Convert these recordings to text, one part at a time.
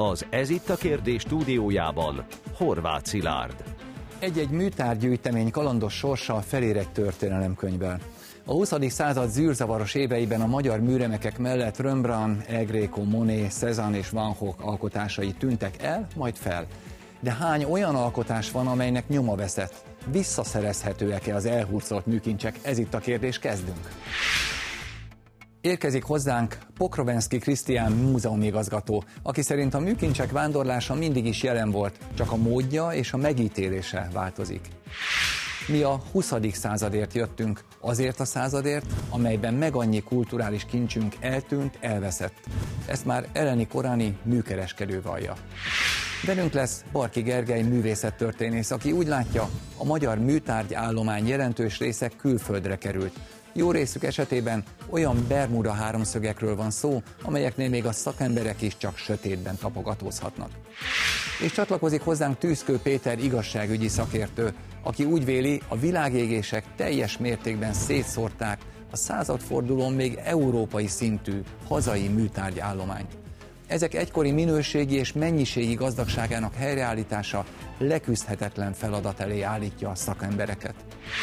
Az Ez itt a kérdés stúdiójában Horváth Szilárd. Egy-egy műtárgygyűjtemény kalandos sorsa felér egy történelemkönyvvel. A 20. század zűrzavaros éveiben a magyar műremekek mellett Rembrandt, El Greco, Monet, Cézanne és Van Gogh alkotásai tűntek el, majd fel. De hány olyan alkotás van, amelynek nyoma veszett? Visszaszerezhetőek-e az elhurcolt műkincsek? Ez itt a kérdés, kezdünk! Érkezik hozzánk Pokrovenszky Krisztián múzeumigazgató, aki szerint a műkincsek vándorlása mindig is jelen volt, csak a módja és a megítélése változik. Mi a 20. századért jöttünk, azért a századért, amelyben megannyi kulturális kincsünk eltűnt, elveszett. Ezt már Eleni Korani műkereskedő vallja. Velünk lesz Barki Gergely művészettörténész, aki úgy látja, a magyar műtárgy állomány jelentős része külföldre került. Jó részük esetében olyan Bermuda háromszögekről van szó, amelyeknél még a szakemberek is csak sötétben tapogatózhatnak. És csatlakozik hozzánk Tűzkő Péter igazságügyi szakértő, aki úgy véli, a világégések teljes mértékben szétszórták a századfordulón még európai szintű hazai műtárgyállományt. Ezek egykori minőségi és mennyiségi gazdagságának helyreállítása leküzdhetetlen feladat elé állítja a szakembereket.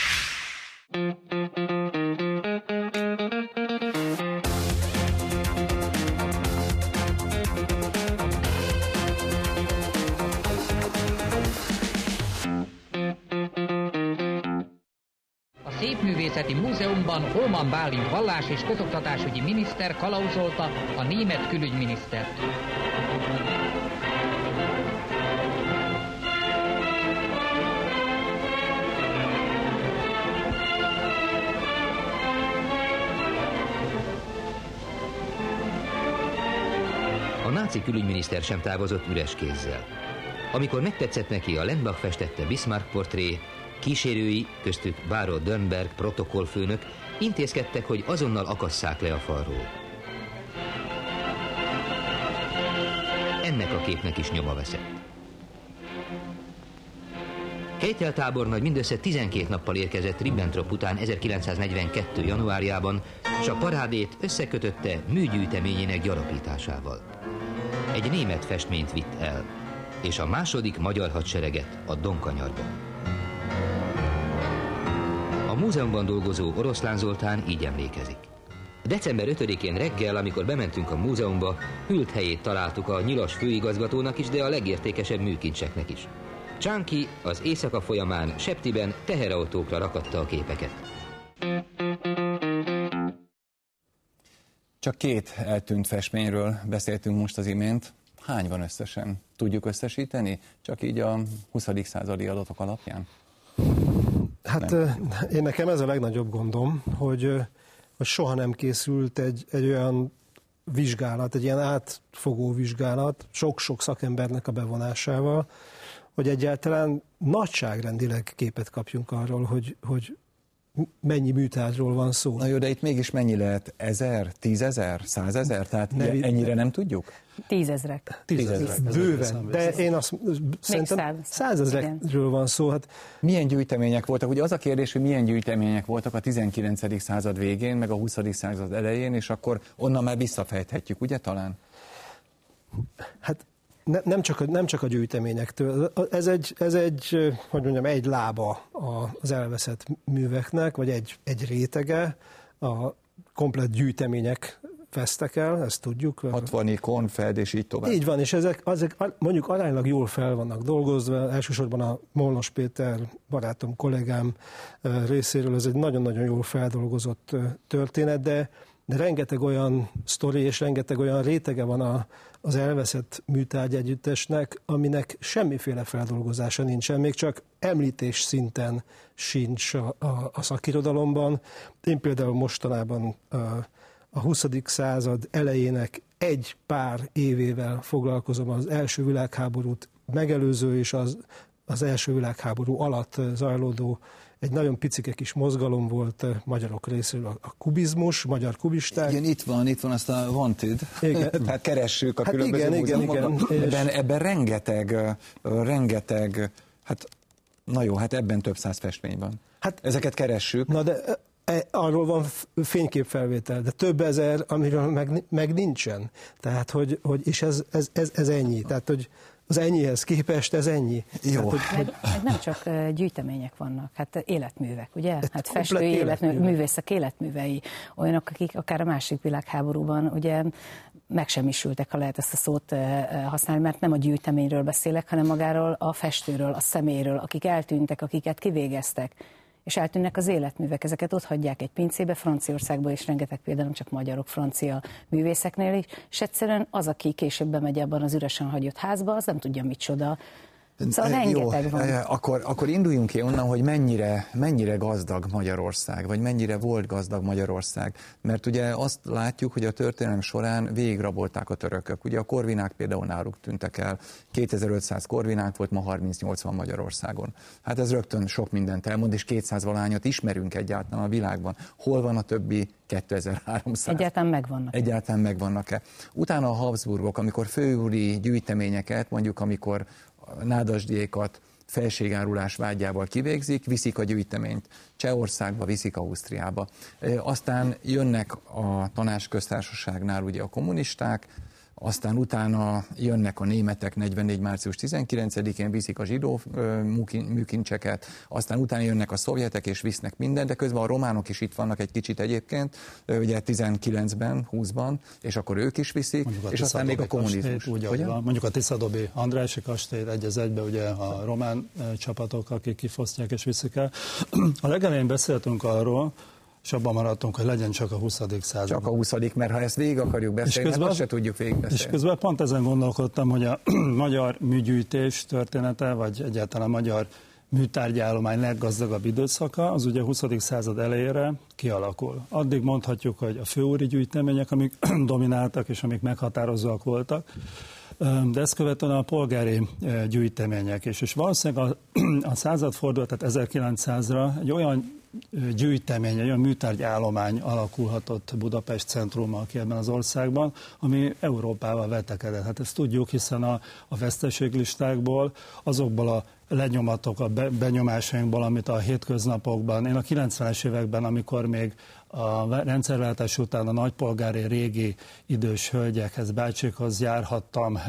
A Szépművészeti Múzeumban Holman Bálint vallás- és közoktatásügyi miniszter kalauzolta a német külügyminisztert. A náci külügyminiszter sem távozott üres kézzel. Amikor megtetszett neki a Lenbach festette Bismarck portré, kísérői, köztük Báró Dörnberg protokollfőnök intézkedtek, hogy azonnal akasszák le a falról. Ennek a képnek is nyoma veszett. Keitel tábornagy mindössze 12 nappal érkezett Ribbentrop után 1942. januárjában, s a parádét összekötötte műgyűjteményének gyarapításával. Egy német festményt vitt el, és a második magyar hadsereget a Donkanyarba. A múzeumban dolgozó Oroszlán Zoltán így emlékezik. December 5-én reggel, amikor bementünk a múzeumba, ült helyét találtuk a nyilas főigazgatónak is, de a legértékesebb műkincseknek is. Csánki az éjszaka folyamán Septiben teherautókra rakatta a képeket. Csak 2 eltűnt festményről beszéltünk most az imént. Hány van összesen? Tudjuk összesíteni? Csak így a 20. századi adatok alapján? Hát én nekem ez a legnagyobb gondom, hogy soha nem készült egy olyan vizsgálat, egy ilyen átfogó vizsgálat, sok-sok szakembernek a bevonásával, hogy egyáltalán nagyságrendileg képet kapjunk arról, hogy mennyi műtárgyról van szó. Na jó, de itt mégis mennyi lehet? 1000, 10 000, 100 000? Tehát ennyire nem tudjuk? 10 000. Bőven. De én azt szerintem 100 000-ről van szó. Hát milyen gyűjtemények voltak? Ugye az a kérdés, hogy milyen gyűjtemények voltak a 19. század végén, meg a 20. század elején, és akkor onnan már visszafejthetjük, ugye talán? Hát nem csak a gyűjteményektől. Ez egy, hogy mondjam, egy lába az elveszett műveknek, vagy egy rétege. A komplett gyűjtemények vesztek el, ezt tudjuk. 60-i, Kornfeld, és így tovább. Így van, és ezek mondjuk aránylag jól fel vannak dolgozva, elsősorban a Molnos Péter barátom, kollégám részéről ez egy nagyon-nagyon jól feldolgozott történet, de rengeteg olyan sztori és rengeteg olyan rétege van az elveszett műtárgy együttesnek, aminek semmiféle feldolgozása nincsen, még csak említés szinten sincs a szakirodalomban. Én például mostanában a 20. század elejének egy pár évével foglalkozom, az első világháborút megelőző és az első világháború alatt zajlódó egy nagyon picike kis mozgalom volt magyarok részéről, a kubizmus, magyar kubisták. Igen, itt van azt a Wanted. Igen. Tehát keressük a különböző múzeumokat. Ebben rengeteg, hát na jó, hát ebben több száz festmény van. Hát ezeket keressük. Na de arról van fényképfelvétel, de több ezer, amiről meg nincsen. Tehát, és ez ennyi. Tehát, hogy az ennyihez képest ez ennyi. Jó. Meg nem csak gyűjtemények vannak, hát életművek, ugye? Hát festői életművek, művészek életművei, olyanok, akik akár a második világháborúban ugye megsemmisültek, ha lehet ezt a szót használni, mert nem a gyűjteményről beszélek, hanem magáról a festőről, a személyről, akik eltűntek, akiket kivégeztek, és eltűnnek az életművek, ezeket ott hagyják egy pincébe, Franciaországban is rengeteg például, nem csak magyarok, francia művészeknél is, és egyszerűen az, aki később bemegy abban az üresen hagyott házba, az nem tudja micsoda. Szóval rengeteg van. Akkor induljunk ki onnan, hogy mennyire gazdag Magyarország, vagy mennyire volt gazdag Magyarország. Mert ugye azt látjuk, hogy a történelem során végigrabolták a törökök. Ugye a korvinák például náluk tűntek el. 2500 korvinák volt, ma 38 van Magyarországon. Hát ez rögtön sok mindent elmond, és 200 valahányat ismerünk egyáltalán a világban. Hol van a többi 2300? Egyáltalán megvannak-e? Utána a Habsburgok, amikor főúri gyűjteményeket, mondjuk amikor nádasdiékat felségárulás vágyával kivégzik, viszik a gyűjteményt. Csehországba, viszik Ausztriába. Aztán jönnek a Tanácsköztársaságnál ugye a kommunisták, aztán utána jönnek a németek 44. március 19-én, viszik a zsidó műkincseket, aztán utána jönnek a szovjetek és visznek mindent, de közben a románok is itt vannak egy kicsit egyébként, ugye 19-ben, 20-ban, és akkor ők is viszik, és aztán még a kommunizmus. Mondjuk a Tiszadobi Andrássy kastély egy az egybe, ugye a román csapatok, akik kifosztják és viszik el. A legelején beszéltünk arról, és abban maradtunk, hogy legyen csak a 20. század. Csak a 20., mert ha ezt végig akarjuk beszélni, hát azt se tudjuk végigbeszélni. És közben pont ezen gondolkodtam, hogy a magyar műgyűjtés története, vagy egyáltalán a magyar műtárgyállomány leggazdagabb időszaka, az ugye a 20. század elejére kialakul. Addig mondhatjuk, hogy a főúri gyűjtemények, amik domináltak és amik meghatározóak voltak, de ezt követően a polgári gyűjtemények is. És valószínűleg a századforduló, tehát 1900-ra egy olyan gyűjtemény, egy olyan műtárgyállomány alakulhatott Budapest centrummal ki ebben az országban, ami Európával vetekedett. Hát ezt tudjuk, hiszen a veszteséglistákból, azokból a lenyomatok, a benyomásainkból, amit a hétköznapokban, én a 90-es években, amikor még a rendszerváltás után a nagypolgári régi idős hölgyekhez, bácsikhoz járhattam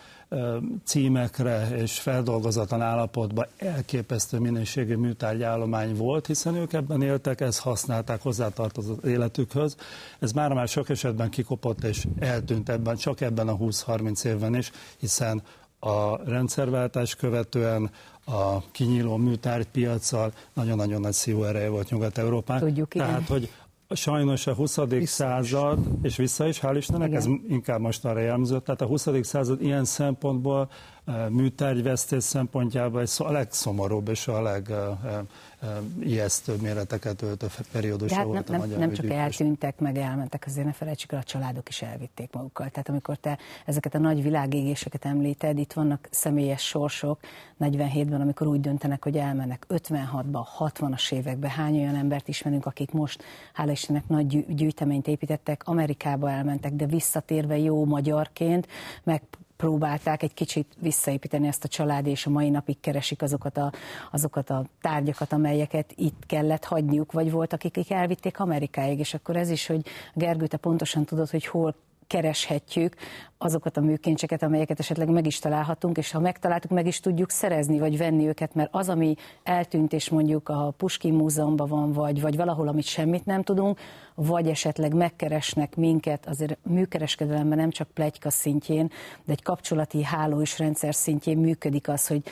címekre és feldolgozatlan állapotban elképesztő minőségű műtárgyállomány volt, hiszen ők ebben éltek, ezt használták, hozzátartozott életükhöz. Ez már sok esetben kikopott és eltűnt csak ebben a 20-30 évben is, hiszen a rendszerváltás követően a kinyíló műtárgypiaccal nagyon-nagyon nagy szívóereje volt Nyugat-Európán. Tudjuk, tehát, hogy sajnos a 20. század, és vissza is, hál' Istennek, ez inkább most arra jellemzett, tehát a 20. század ilyen szempontból, műtárgyvesztés szempontjából a legszomorúbb és a legijesztőbb méreteket öltő periódusa volt a magyar nem csak eltűntek, meg elmentek, azért ne felejtsük el, a családok is elvitték magukkal. Tehát amikor te ezeket a nagy világégéseket említed, itt vannak személyes sorsok, 47-ben, amikor úgy döntenek, hogy elmennek, 56-ban, 60-as években, hány olyan embert ismerünk, akik most, hála Istennek, nagy gyűjteményt építettek, Amerikába elmentek, de visszatérve jó magyarként, megpróbálták egy kicsit visszaépíteni ezt a család, és a mai napig keresik azokat a tárgyakat, amelyeket itt kellett hagyniuk, vagy volt, akik elvitték Amerikáig, és akkor ez is, hogy Gergő, te pontosan tudod, hogy hol kereshetjük azokat a műkincseket, amelyeket esetleg meg is találhatunk, és ha megtaláltuk, meg is tudjuk szerezni, vagy venni őket, mert az, ami eltűnt, és mondjuk a Puskin Múzeumban van, vagy valahol, amit semmit nem tudunk, vagy esetleg megkeresnek minket, azért műkereskedelemben nem csak pletyka szintjén, de egy kapcsolati háló és rendszer szintjén működik az, hogy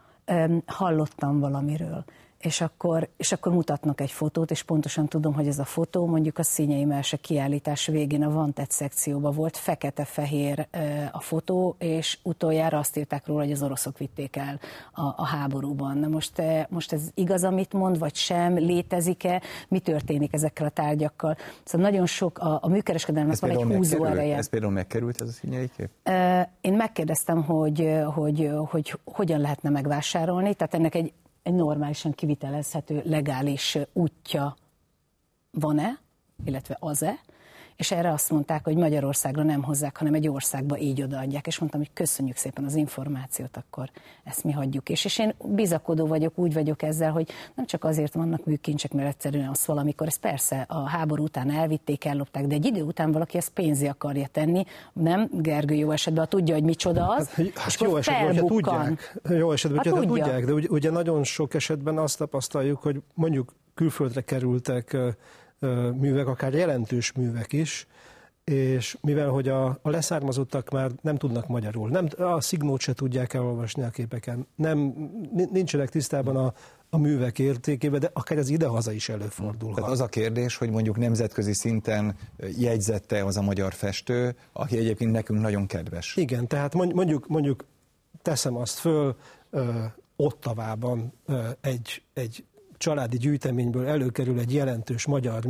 hallottam valamiről. És akkor mutatnak egy fotót, és pontosan tudom, hogy ez a fotó mondjuk a Színyei Melse kiállítás végén a Vantet szekcióban volt, fekete-fehér a fotó, és utoljára azt írták róla, hogy az oroszok vitték el a háborúban. Na most ez igaz, amit mond, vagy sem, létezik-e, mi történik ezekkel a tárgyakkal? Szóval nagyon sok, a műkereskedelemnek van egy húzó ereje. Ez például megkerült, ez a színyei kép? Én megkérdeztem, hogy hogyan lehetne megvásárolni, tehát ennek egy normálisan kivitelezhető, legális útja van-e, illetve az-e, és erre azt mondták, hogy Magyarországra nem hozzák, hanem egy országba így odaadják, és mondtam, hogy köszönjük szépen az információt, akkor ezt mi hagyjuk. És én bizakodó vagyok, úgy vagyok ezzel, hogy nem csak azért vannak műkincsek, mert egyszerűen az valamikor, ez persze a háború után elvitték, ellopták, de egy idő után valaki ezt pénzé akarja tenni, nem Gergő jó esetben, ha tudja, hogy micsoda az, és jó esetben, tudják, tudják, de ugye nagyon sok esetben azt tapasztaljuk, hogy mondjuk külföldre kerültek művek, akár jelentős művek is, és mivel hogy a leszármazottak már nem tudnak magyarul, a szignót se tudják elolvasni a képeken, nincsenek tisztában a művek értékébe, de akár ez idehaza is előfordulhat. Tehát az a kérdés, hogy mondjuk nemzetközi szinten jegyzette az a magyar festő, aki egyébként nekünk nagyon kedves. Igen, tehát mondjuk teszem azt föl, Ottavában egy családi gyűjteményből előkerül egy jelentős magyar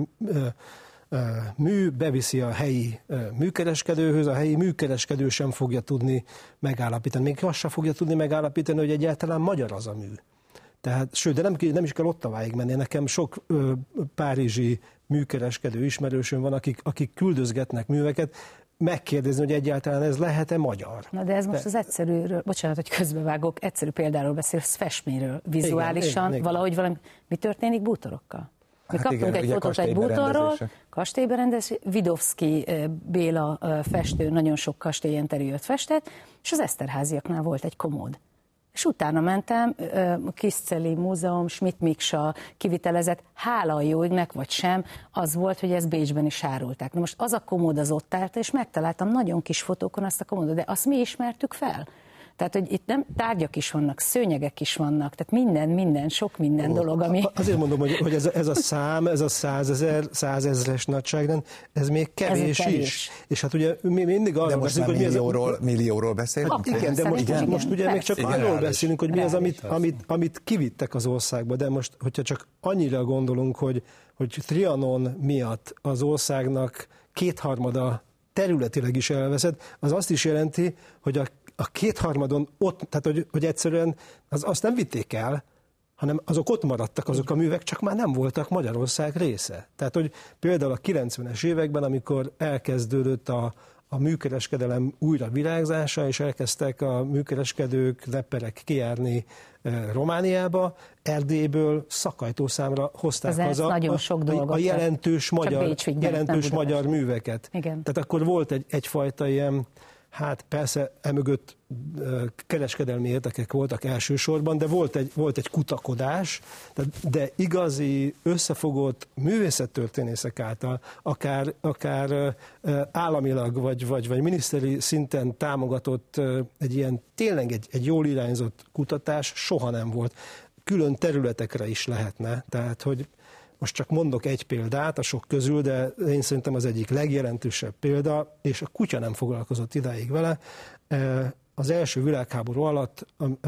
mű, beviszi a helyi műkereskedőhöz, a helyi műkereskedő sem fogja tudni megállapítani. Még azt sem fogja tudni megállapítani, hogy egyáltalán magyar az a mű. Tehát, sőt, de nem is kell Ottaváig menni. Nekem sok párizsi műkereskedő ismerősöm van, akik küldözgetnek műveket, megkérdezni, hogy egyáltalán ez lehet-e magyar. Na de ez most az egyszerűről, bocsánat, hogy közbevágok, egyszerű példáról beszélsz, festményről, vizuálisan, igen. Valahogy mi történik bútorokkal? Mi kaptunk egy fotót egy bútorról, kastélyberendezés, Vidovszky Béla festő nagyon sok kastélyenteriőt festett, és az Eszterháziaknál volt egy komód. És utána mentem, Kiszceli Múzeum, Schmidt Miksa kivitelezett, hála a jó égnek, vagy sem, az volt, hogy ezt Bécsben is árulták. Na most az a komód az ott állt, és megtaláltam nagyon kis fotókon azt a komódot, de azt mi ismertük fel. Tehát, hogy itt nem tárgyak is vannak, szőnyegek is vannak, tehát sok minden dolog, ami... Azért mondom, hogy ez a szám, ez a 100.000 nagyságrend, ez még kevés is. És hát ugye mi mindig arról beszélünk, hogy millióról beszélünk. Igen, de most ugye még csak arról beszélünk, hogy mi az, amit kivittek az országba, de most, hogyha csak annyira gondolunk, hogy Trianon miatt az országnak 2/3 területileg is elveszett, az azt is jelenti, hogy a 2/3 ott, tehát hogy egyszerűen azt nem vitték el, hanem azok ott maradtak, azok a művek, csak már nem voltak Magyarország része. Tehát, hogy például a 90-es években, amikor elkezdődött a műkereskedelem újra virágzása, és elkezdtek a műkereskedők, reperek kijárni Romániába, Erdélyből szakajtószámra hozták haza a jelentős magyar műveket. Igen. Tehát akkor volt egyfajta ilyen, hát persze emögött kereskedelmi érdekek voltak elsősorban, de volt egy kutakodás, de igazi összefogott művészettörténészek által, akár államilag vagy miniszteri szinten támogatott egy ilyen tényleg egy jól irányzott kutatás soha nem volt. Külön területekre is lehetne, tehát hogy most csak mondok egy példát a sok közül, de én szerintem az egyik legjelentősebb példa, és a kutya nem foglalkozott idáig vele. Az első világháború alatt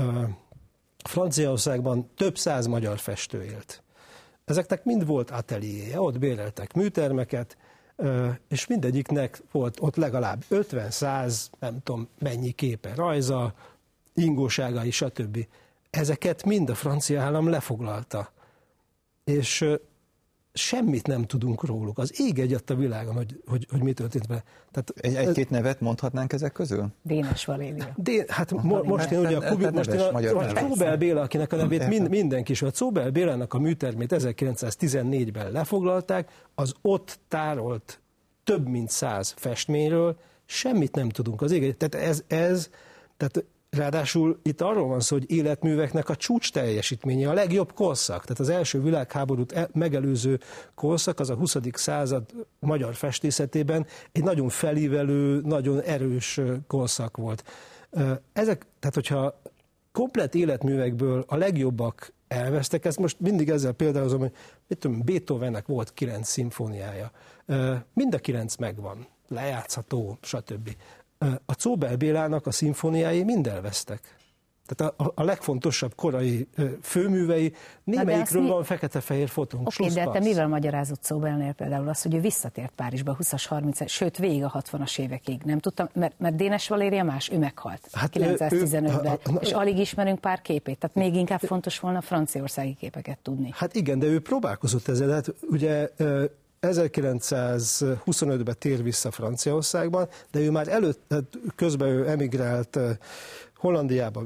Franciaországban több 100 magyar festő élt. Ezeknek mind volt ateliéje, ott béreltek műtermeket, és mindegyiknek volt ott legalább 50-100, nem tudom mennyi képe, rajza, ingóságai, stb. Ezeket mind a francia állam lefoglalta. És semmit nem tudunk róluk. Az ég egyet a világon, hogy mi történt vele. Egy-két nevet mondhatnánk ezek közül? Dénes Valéria. Most én ugye a Czóbel Béla, akinek a nevét mindenki is, a Czóbel Bélának a műtermét 1914-ben lefoglalták, az ott tárolt több mint 100 festményről, semmit nem tudunk az ég egyet. Tehát ráadásul itt arról van szó, hogy életműveknek a csúcs teljesítménye, a legjobb korszak. Tehát az első világháborút megelőző korszak, az a 20. század magyar festészetében egy nagyon felívelő, nagyon erős korszak volt. Tehát hogyha komplett életművekből a legjobbak elvesztek, ezt most mindig ezzel példálozom, hogy Beethovennek volt 9 szimfóniája. Mind a 9 megvan, lejátszható, stb. A Czóbel Bélának a szimfóniái mind elvesztek. Tehát a legfontosabb korai főművei, némelyikről van fekete-fehér fotónk. Oké, de te mivel magyarázott Czóbelnél például azt, hogy ő visszatért Párizsba 20-as, 30-as, sőt végig a 60-as évekig? Nem tudtam, mert Dénes Valéria más, ő meghalt 915-ben, és alig ismerünk pár képét, tehát még inkább fontos volna a franciaországi képeket tudni. Hát igen, de ő próbálkozott ezzel, hát ugye 1925-ben tér vissza Franciaországban, de ő már közben ő emigrált Hollandiába,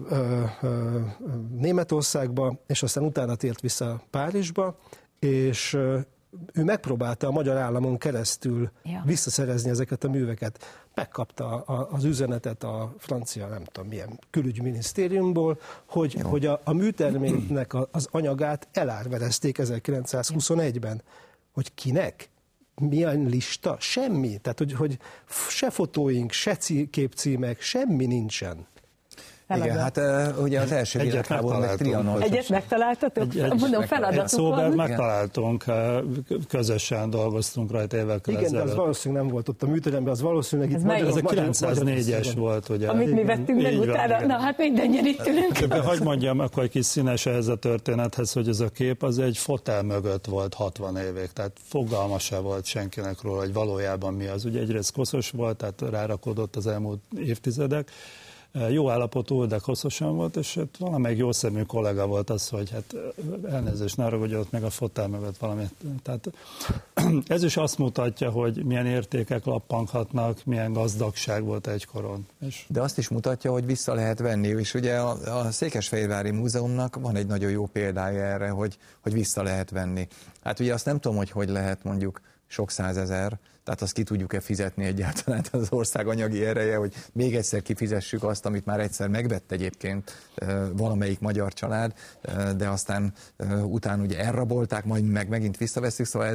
Németországba, és aztán utána tért vissza Párizsba, és ő megpróbálta a magyar államon keresztül visszaszerezni ezeket a műveket. Megkapta az üzenetet a francia, nem tudom milyen külügyminisztériumból, hogy a műterméknek az anyagát elárverezték 1921-ben. Hogy kinek? Milyen lista? Semmi. Tehát, hogy se fotóink, se képcímek, semmi nincsen. Igen, hát ugye az első világháború meg Trianon. Egyet megtaláltatok? Mondom, feladatok szóval megtaláltunk, közösen dolgoztunk rajta évekkel ezelőtt. Igen, de az valószínűleg nem volt ott a műteremben, az valószínűleg itt ez a 904-es volt, ugye? Amit mi vettünk meg utána, na hát mindannyian itt ülünk. De hogy mondjam, akkor egy kis színes ehhez a történethez, hogy ez a kép az egy fotel mögött volt 60 évig, tehát fogalma se volt senkinek róla, hogy valójában mi az. Ugye egyrészt koszos volt, tehát rárakódott az elmúlt évtizedek, jó állapotú, de koszosan volt, és hát valamelyik jó szemű kollega volt az, hogy hát elnézést, ne ragudjott meg a fotel mögött valamit. Tehát ez is azt mutatja, hogy milyen értékek lappanghatnak, milyen gazdagság volt egykoron. De azt is mutatja, hogy vissza lehet venni, és ugye a Székesfehérvári Múzeumnak van egy nagyon jó példája erre, hogy vissza lehet venni. Hát ugye azt nem tudom, hogy lehet mondjuk sok százezer, tehát azt ki tudjuk-e fizetni egyáltalán az ország anyagi ereje, hogy még egyszer kifizessük azt, amit már egyszer megvett egyébként valamelyik magyar család, de aztán utána ugye elrabolták, majd megint visszaveszünk, szóval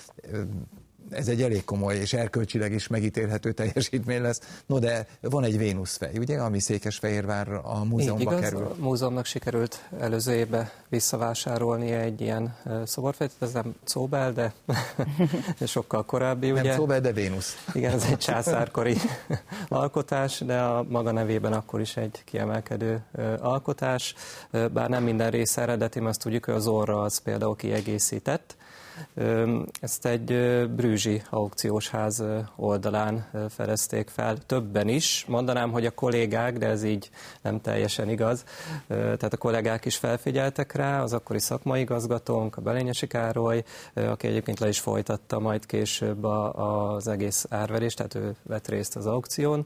ez egy elég komoly és erkölcsileg is megítélhető teljesítmény lesz. No, de van egy Vénuszfej, ugye, ami Székesfehérvár a múzeumba kerül. A múzeumnak sikerült előző évben visszavásárolni egy ilyen szoborfejt, ez nem Czóbel, de sokkal korábbi, ugye? Nem Czóbel, de Vénusz. Igen, ez egy császárkori alkotás, de a maga nevében akkor is egy kiemelkedő alkotás, bár nem minden része eredeti, mert azt tudjuk, hogy az orra az például kiegészített. Ezt egy brüzsi aukciós ház oldalán fedezték fel, többen is. Mondanám, hogy a kollégák, de ez így nem teljesen igaz. Tehát a kollégák is felfigyeltek rá, az akkori szakmai igazgatónk, a Belényesi Károly, aki egyébként le is folytatta majd később az egész árverést, tehát ő vett részt az aukción.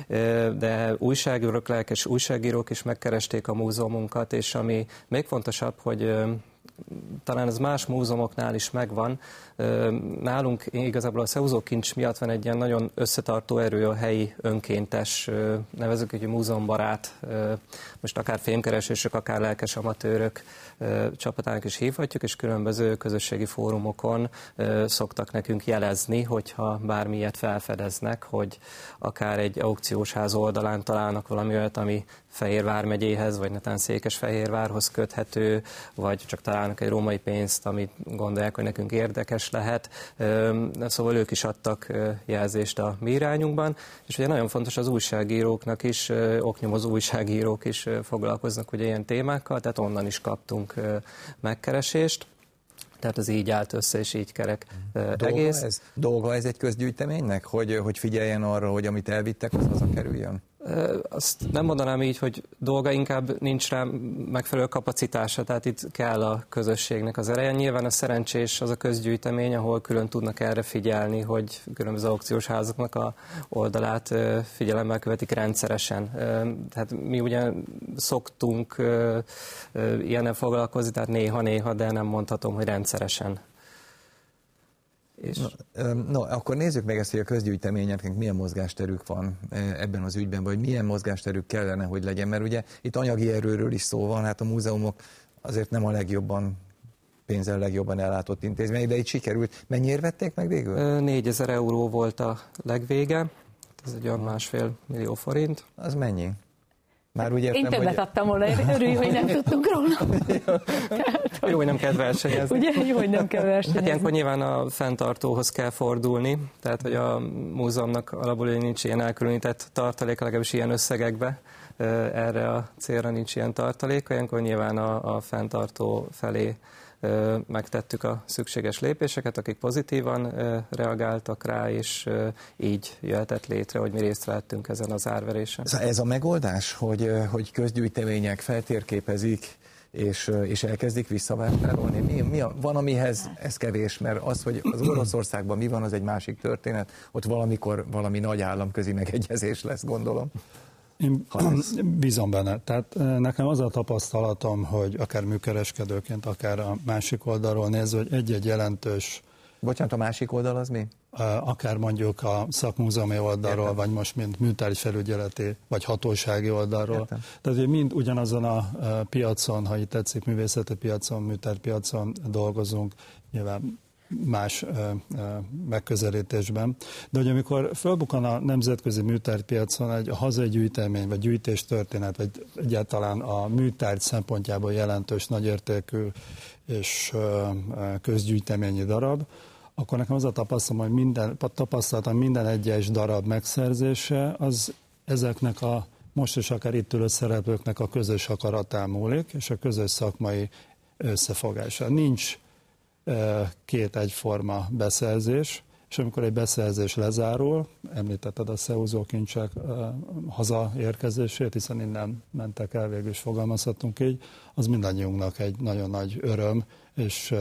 De újságírók, lelkes újságírók is megkeresték a múzeumunkat, és ami még fontosabb, hogy talán ez más múzeumoknál is megvan. Nálunk igazából a Szeúzó kincs miatt van egy ilyen nagyon összetartó erő, a helyi önkéntes, nevezzük egy múzeumbarát, most akár fémkeresések, akár lelkes amatőrök csapatának is hívhatjuk, és különböző közösségi fórumokon szoktak nekünk jelezni, hogyha bármi ilyet felfedeznek, hogy akár egy aukciós ház oldalán találnak valami olyat, ami Fehérvár megyéhez, vagy netán Székesfehérvárhoz köthető, vagy csak találnak egy római pénzt, amit gondolják, hogy nekünk érdekes lehet. Szóval ők is adtak jelzést a mi irányunkban, és ugye nagyon fontos az újságíróknak is, oknyomozó újságírók is foglalkoznak ugye ilyen témákkal, tehát onnan is kaptunk megkeresést. Tehát az így állt össze, és így kerek egész. Dolga ez egy közgyűjteménynek, hogy figyeljen arra, hogy amit elvittek, az hazakerüljön? Azt nem mondanám így, hogy dolga, inkább nincs rá megfelelő kapacitása, tehát itt kell a közösségnek az ereje. Nyilván a szerencsés az a közgyűjtemény, ahol külön tudnak erre figyelni, hogy különböző aukciós házaknak a oldalát figyelemmel követik rendszeresen. Tehát mi ugye szoktunk ilyennel foglalkozni, tehát néha-néha, de nem mondhatom, hogy rendszeresen. No, akkor nézzük meg ezt, hogy a közgyűjteményeknek milyen mozgásterük van ebben az ügyben, vagy milyen mozgásterük kellene, hogy legyen, mert ugye itt anyagi erőről is szó van, hát a múzeumok azért nem a pénzzel legjobban ellátott intézmények, de itt sikerült. Mennyire vették meg végül? 4000 euró volt a legvége, ez egy olyan 1,5 millió forint. Az mennyi? Már úgy értem, én többet adtam volna, örülj, hogy nem tudtunk róla. Jó, hogy nem kell versenyezni. Ugye, jó, hogy nem kell versenyezni. Hát ilyenkor nyilván a fenntartóhoz kell fordulni, tehát hogy a múzeumnak alapból nincs ilyen elkülönített tartalék, legalábbis ilyen összegekbe, erre a célra nincs ilyen tartalék, ilyenkor nyilván a fenntartó felé megtettük a szükséges lépéseket, akik pozitívan reagáltak rá, és így jöhetett létre, hogy mi részt vettünk ezen az árverésen. Ez a megoldás, hogy közgyűjtemények feltérképezik, és elkezdik visszavásárolni. Van, amihez ez kevés, mert az, hogy az Oroszországban mi van, az egy másik történet, ott valamikor valami nagy államközi megegyezés lesz, gondolom. Én bízom benne. Tehát nekem az a tapasztalatom, hogy akár műkereskedőként, akár a másik oldalról nézve, hogy egy-egy jelentős... Bocsánat, a másik oldal az mi? Akár mondjuk a szakmúzeumi oldalról, értem, vagy most mint műtárgy felügyeleti, vagy hatósági oldalról. Értem. Tehát hogy mind ugyanazon a piacon, ha így tetszik, művészeti piacon, műtárgypiacon dolgozunk, nyilván más megközelítésben. De hogy amikor felbukkan a nemzetközi műtárgypiacon egy hazai gyűjtemény, vagy gyűjtéstörténet, vagy egyáltalán a műtárgy szempontjából jelentős, nagyértékű és közgyűjteményi darab, akkor nekem az a tapasztalatom, hogy minden egyes darab megszerzése, az ezeknek a most is akár itt ülő szereplőknek a közös akaratán múlik, és a közös szakmai összefogása. Nincs két egyforma beszerzés, és amikor egy beszerzés lezárul, említetted a szeúzó kincsek hazaérkezését, hiszen innen mentek el, végül is fogalmazhatunk így, az mindannyiunknak egy nagyon nagy öröm, és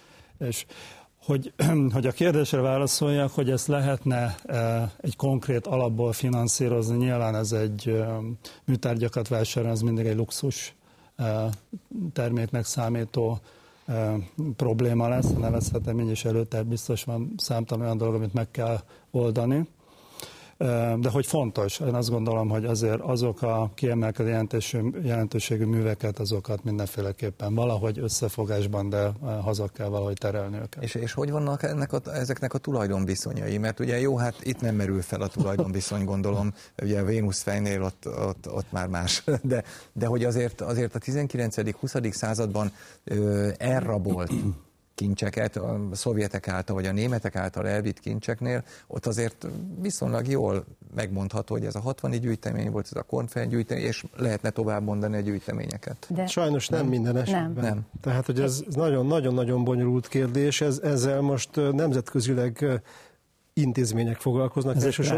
hogy a kérdésre válaszoljak, hogy ezt lehetne egy konkrét alapból finanszírozni, nyilván ez egy műtárgyakat vásárolni, ez mindig egy luxus terméknek számító probléma lesz, nevezhetem így is előtte, biztos van számtalan olyan dolog, amit meg kell oldani. De hogy fontos, én azt gondolom, hogy azért azok a kiemelkedő jelentőségű műveket, azokat mindenféleképpen valahogy összefogásban, de haza kell valahogy terelni őket. És hogy vannak ezeknek a tulajdonviszonyai? Mert ugye jó, hát itt nem merül fel a tulajdonviszony, gondolom, ugye a Vénusz fejnél ott már más, de hogy azért a 19.-20. században elrabolt kincseket, a szovjetek által, vagy a németek által elvitt kincseknél, ott azért viszonylag jól megmondható, hogy ez a 60-i gyűjtemény volt, ez a Kornfein gyűjtemény, és lehetne tovább mondani a gyűjteményeket. De sajnos nem minden esetben. Nem. Tehát, hogy ez nagyon-nagyon bonyolult kérdés, ezzel most nemzetközileg intézmények foglalkoznak.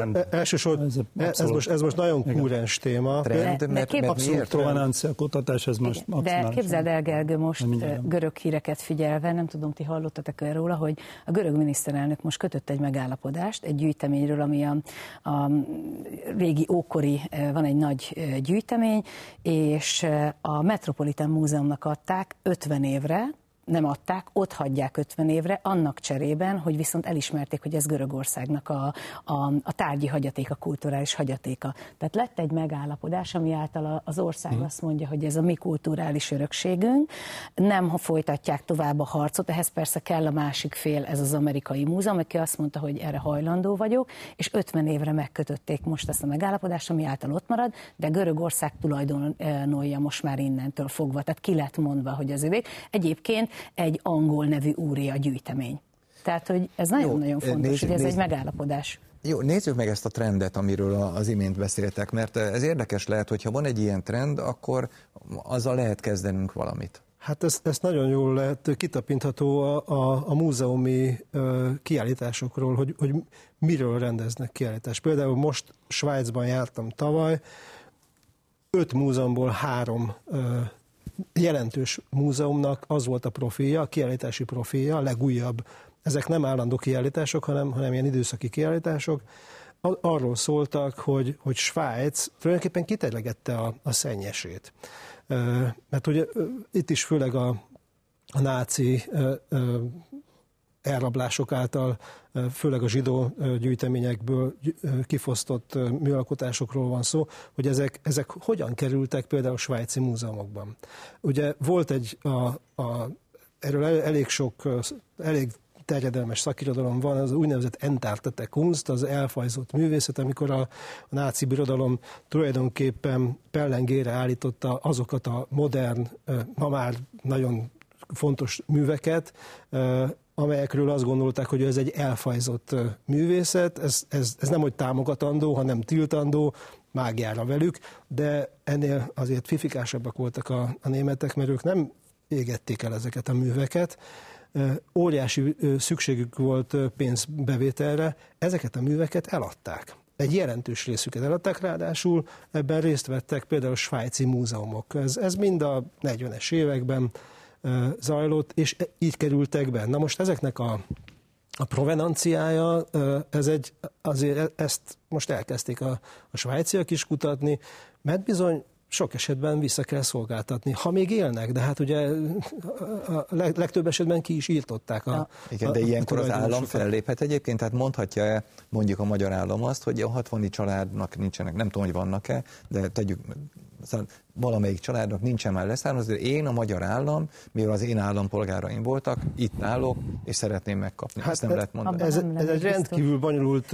Ez most nagyon kúrens téma. Abszolút provenancia kutatás, ez most maximális. De képzeld el, Gergő, most görög híreket figyelve, nem tudom, ti hallottatok róla, hogy a görög miniszterelnök most kötött egy megállapodást egy gyűjteményről, ami a régi ókori, van egy nagy gyűjtemény, és a Metropolitan Múzeumnak adták 50 évre, nem adták, ott hagyják 50 évre, annak cserében, hogy viszont elismerték, hogy ez Görögországnak a tárgyi hagyatéka, kulturális hagyatéka. Tehát lett egy megállapodás, ami által az ország azt mondja, hogy ez a mi kulturális örökségünk, nem folytatják tovább a harcot, ehhez persze kell a másik fél, ez az amerikai múzeum, aki azt mondta, hogy erre hajlandó vagyok, és 50 évre megkötötték most ezt a megállapodást, ami által ott marad, de Görögország tulajdonolja most már innentől fogva, tehát ki lett mondva, hogy az övék. Egyébként egy angol nevű úri a gyűjtemény. Tehát, hogy ez nagyon-nagyon fontos, hogy ez egy megállapodás. Jó, nézzük meg ezt a trendet, amiről az imént beszéltek, mert ez érdekes lehet, hogyha van egy ilyen trend, akkor azzal lehet kezdenünk valamit. Hát ezt nagyon jól lehet, kitapintható a múzeumi kiállításokról, hogy miről rendeznek kiállítást. Például most Svájcban jártam tavaly, 5 múzeumból 3 jelentős múzeumnak az volt a profilja, a kiállítási profilja, a legújabb. Ezek nem állandó kiállítások, hanem ilyen időszaki kiállítások. Arról szóltak, hogy Svájc tulajdonképpen kiterjegette a szennyesét. Mert ugye itt is főleg a náci elrablások által, főleg a zsidó gyűjteményekből kifosztott műalkotásokról van szó, hogy ezek hogyan kerültek például a svájci múzeumokban. Ugye volt erről elég terjedelmes szakirodalom van, az úgynevezett Entartete Kunst, az elfajzott művészet, amikor a náci birodalom tulajdonképpen pellengére állította azokat a modern, ma már nagyon fontos műveket, amelyekről azt gondolták, hogy ez egy elfajzott művészet, ez nem hogy támogatandó, hanem tiltandó, mágiára velük, de ennél azért fifikásabbak voltak a németek, mert ők nem égették el ezeket a műveket, óriási szükségük volt pénzbevételre, ezeket a műveket eladták. egy jelentős részüket eladták, ráadásul ebben részt vettek például a svájci múzeumok. Ez mind a 40-es években zajlott, és így kerültek be. Na most ezeknek a provenanciája, azért ezt most elkezdték a svájciak is kutatni, mert bizony sok esetben vissza kell szolgáltatni, ha még élnek, de hát ugye a legtöbb esetben ki is írtották Igen, de ilyenkor az állam felléphet egyébként, tehát mondhatja-e mondjuk a magyar állam azt, hogy a 60 családnak nincsenek, nem tudom, hogy vannak-e, de tegyük, valamelyik családnak nincsen már leszármazó, de én, a magyar állam, mivel az én állampolgáraim voltak, itt állok, és szeretném megkapni. Hát ezt nem lehet mondani. Ez egy rendkívül bonyolult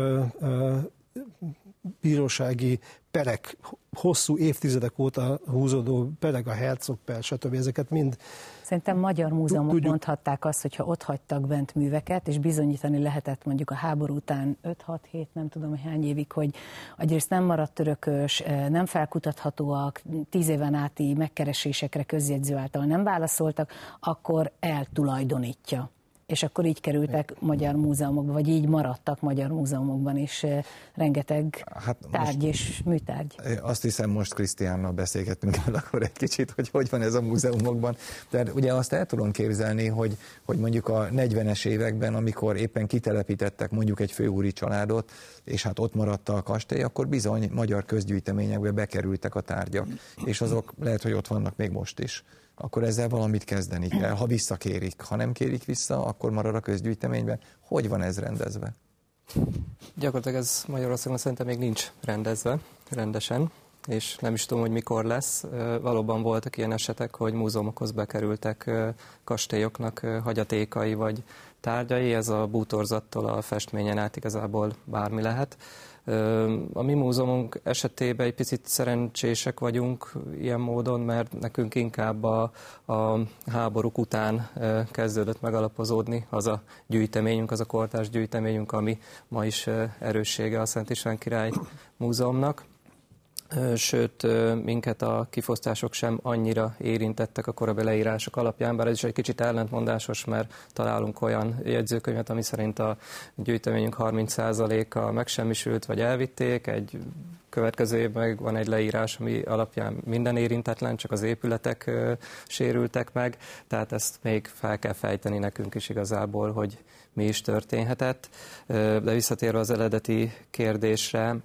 bírósági perek, hosszú évtizedek óta húzódó perek, a Herzog per, stb. Ezeket mind... Szerintem magyar múzeumok mondhatták azt, hogyha ott hagytak bent műveket, és bizonyítani lehetett mondjuk a háború után 5-6-7, nem tudom hány évig, hogy egyrészt nem maradt örökös, nem felkutathatóak, 10 éven áti megkeresésekre közjegyző által nem válaszoltak, akkor eltulajdonítja. És akkor így kerültek magyar múzeumokba, vagy így maradtak magyar múzeumokban is rengeteg tárgy és műtárgy. Azt hiszem, most Krisztiánnal beszélgetünk el akkor egy kicsit, hogy van ez a múzeumokban. De ugye azt el tudom képzelni, hogy mondjuk a 40-es években, amikor éppen kitelepítettek mondjuk egy főúri családot, és hát ott maradt a kastély, akkor bizony magyar közgyűjteményekbe bekerültek a tárgyak. És azok lehet, hogy ott vannak még most is. Akkor ezzel valamit kezdeni kell, ha visszakérik. Ha nem kérik vissza, akkor marad a közgyűjteményben. Hogy van ez rendezve? Gyakorlatilag ez Magyarországon szerintem még nincs rendezve rendesen, és nem is tudom, hogy mikor lesz. Valóban voltak ilyen esetek, hogy múzeumokhoz bekerültek kastélyoknak hagyatékai vagy tárgyai, ez a bútorzattól a festményen át igazából bármi lehet. A mi múzeumunk esetében egy picit szerencsések vagyunk ilyen módon, mert nekünk inkább a háborúk után kezdődött megalapozódni az a gyűjteményünk, az a kortárs gyűjteményünk, ami ma is erőssége a Szent István Király Múzeumnak. Sőt, minket a kifosztások sem annyira érintettek a korábbi leírások alapján, bár ez is egy kicsit ellentmondásos, mert találunk olyan jegyzőkönyvet, ami szerint a gyűjteményünk 30%-a megsemmisült vagy elvitték, egy következő évben meg van egy leírás, ami alapján minden érintetlen, csak az épületek sérültek meg, tehát ezt még fel kell fejteni nekünk is igazából, hogy mi is történhetett. De visszatérve az eredeti kérdésre,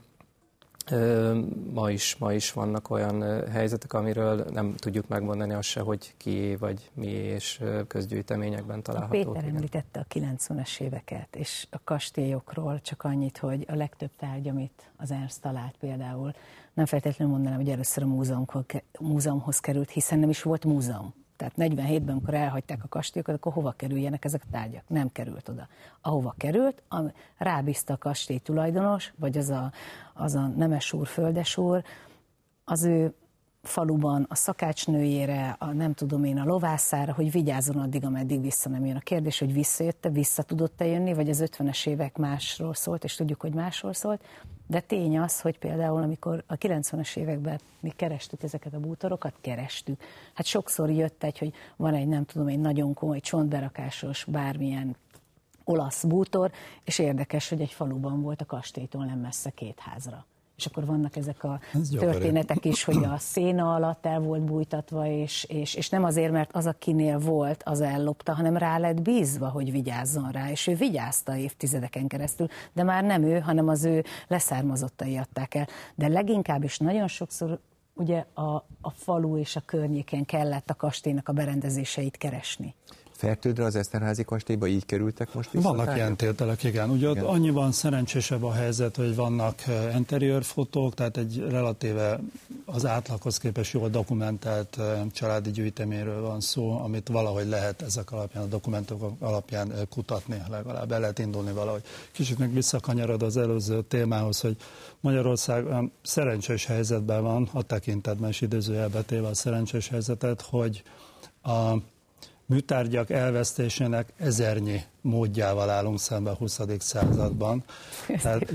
ma is vannak olyan helyzetek, amiről nem tudjuk megmondani azt se, hogy kié vagy mié, és közgyűjteményekben található. Péter említette a 90-es éveket, és a kastélyokról csak annyit, hogy a legtöbb tárgy, amit az Ernst talált például, nem feltétlenül mondanám, hogy először a múzeumhoz került, hiszen nem is volt múzeum. Tehát 47-ben, amikor elhagyták a kastélyokat, akkor hova kerüljenek ezek a tárgyak? Nem került oda. Ahova került, rábízta a kastély tulajdonos, vagy az a nemes úr, földes úr, az ő faluban a szakácsnőjére, nem tudom én, a lovászára, hogy vigyázzon addig, ameddig vissza nem jön. A kérdés, hogy visszajötte, vissza tudott-e jönni, vagy az 50-es évek másról szólt, és tudjuk, hogy másról szólt. De tény az, hogy például, amikor a 90-es években mi kerestük ezeket a bútorokat, hát sokszor jött hogy van egy, nem tudom én, nagyon komoly csontberakásos bármilyen olasz bútor, és érdekes, hogy egy faluban volt a kastélytól nem messze 2 házra. És akkor vannak ezek a történetek is, hogy a széna alatt el volt bújtatva, és nem azért, mert az, akinél volt, az ellopta, hanem rá lett bízva, hogy vigyázzon rá, és ő vigyázta évtizedeken keresztül, de már nem ő, hanem az ő leszármazottai adták el. De leginkább is nagyon sokszor ugye a falu és a környéken kellett a kastélynak a berendezéseit keresni. Fertődre az Eszterházy kastélyba így kerültek most vissza? Vannak ilyen tételek, igen. Ugye ott annyiban szerencsésebb a helyzet, hogy vannak interiőr fotók, tehát egy relatíve az átlaghoz képest jól dokumentált családi gyűjteményről van szó, amit valahogy lehet ezek alapján, a dokumentumok alapján kutatni, legalább el lehet indulni valahogy. Kicsit meg visszakanyarod az előző témához, hogy Magyarország szerencsés helyzetben van, a tekintetben is idézőjelbe téve a szerencsés helyzetet, hogy a műtárgyak elvesztésének ezernyi módjával állunk szembe a 20. században. Tehát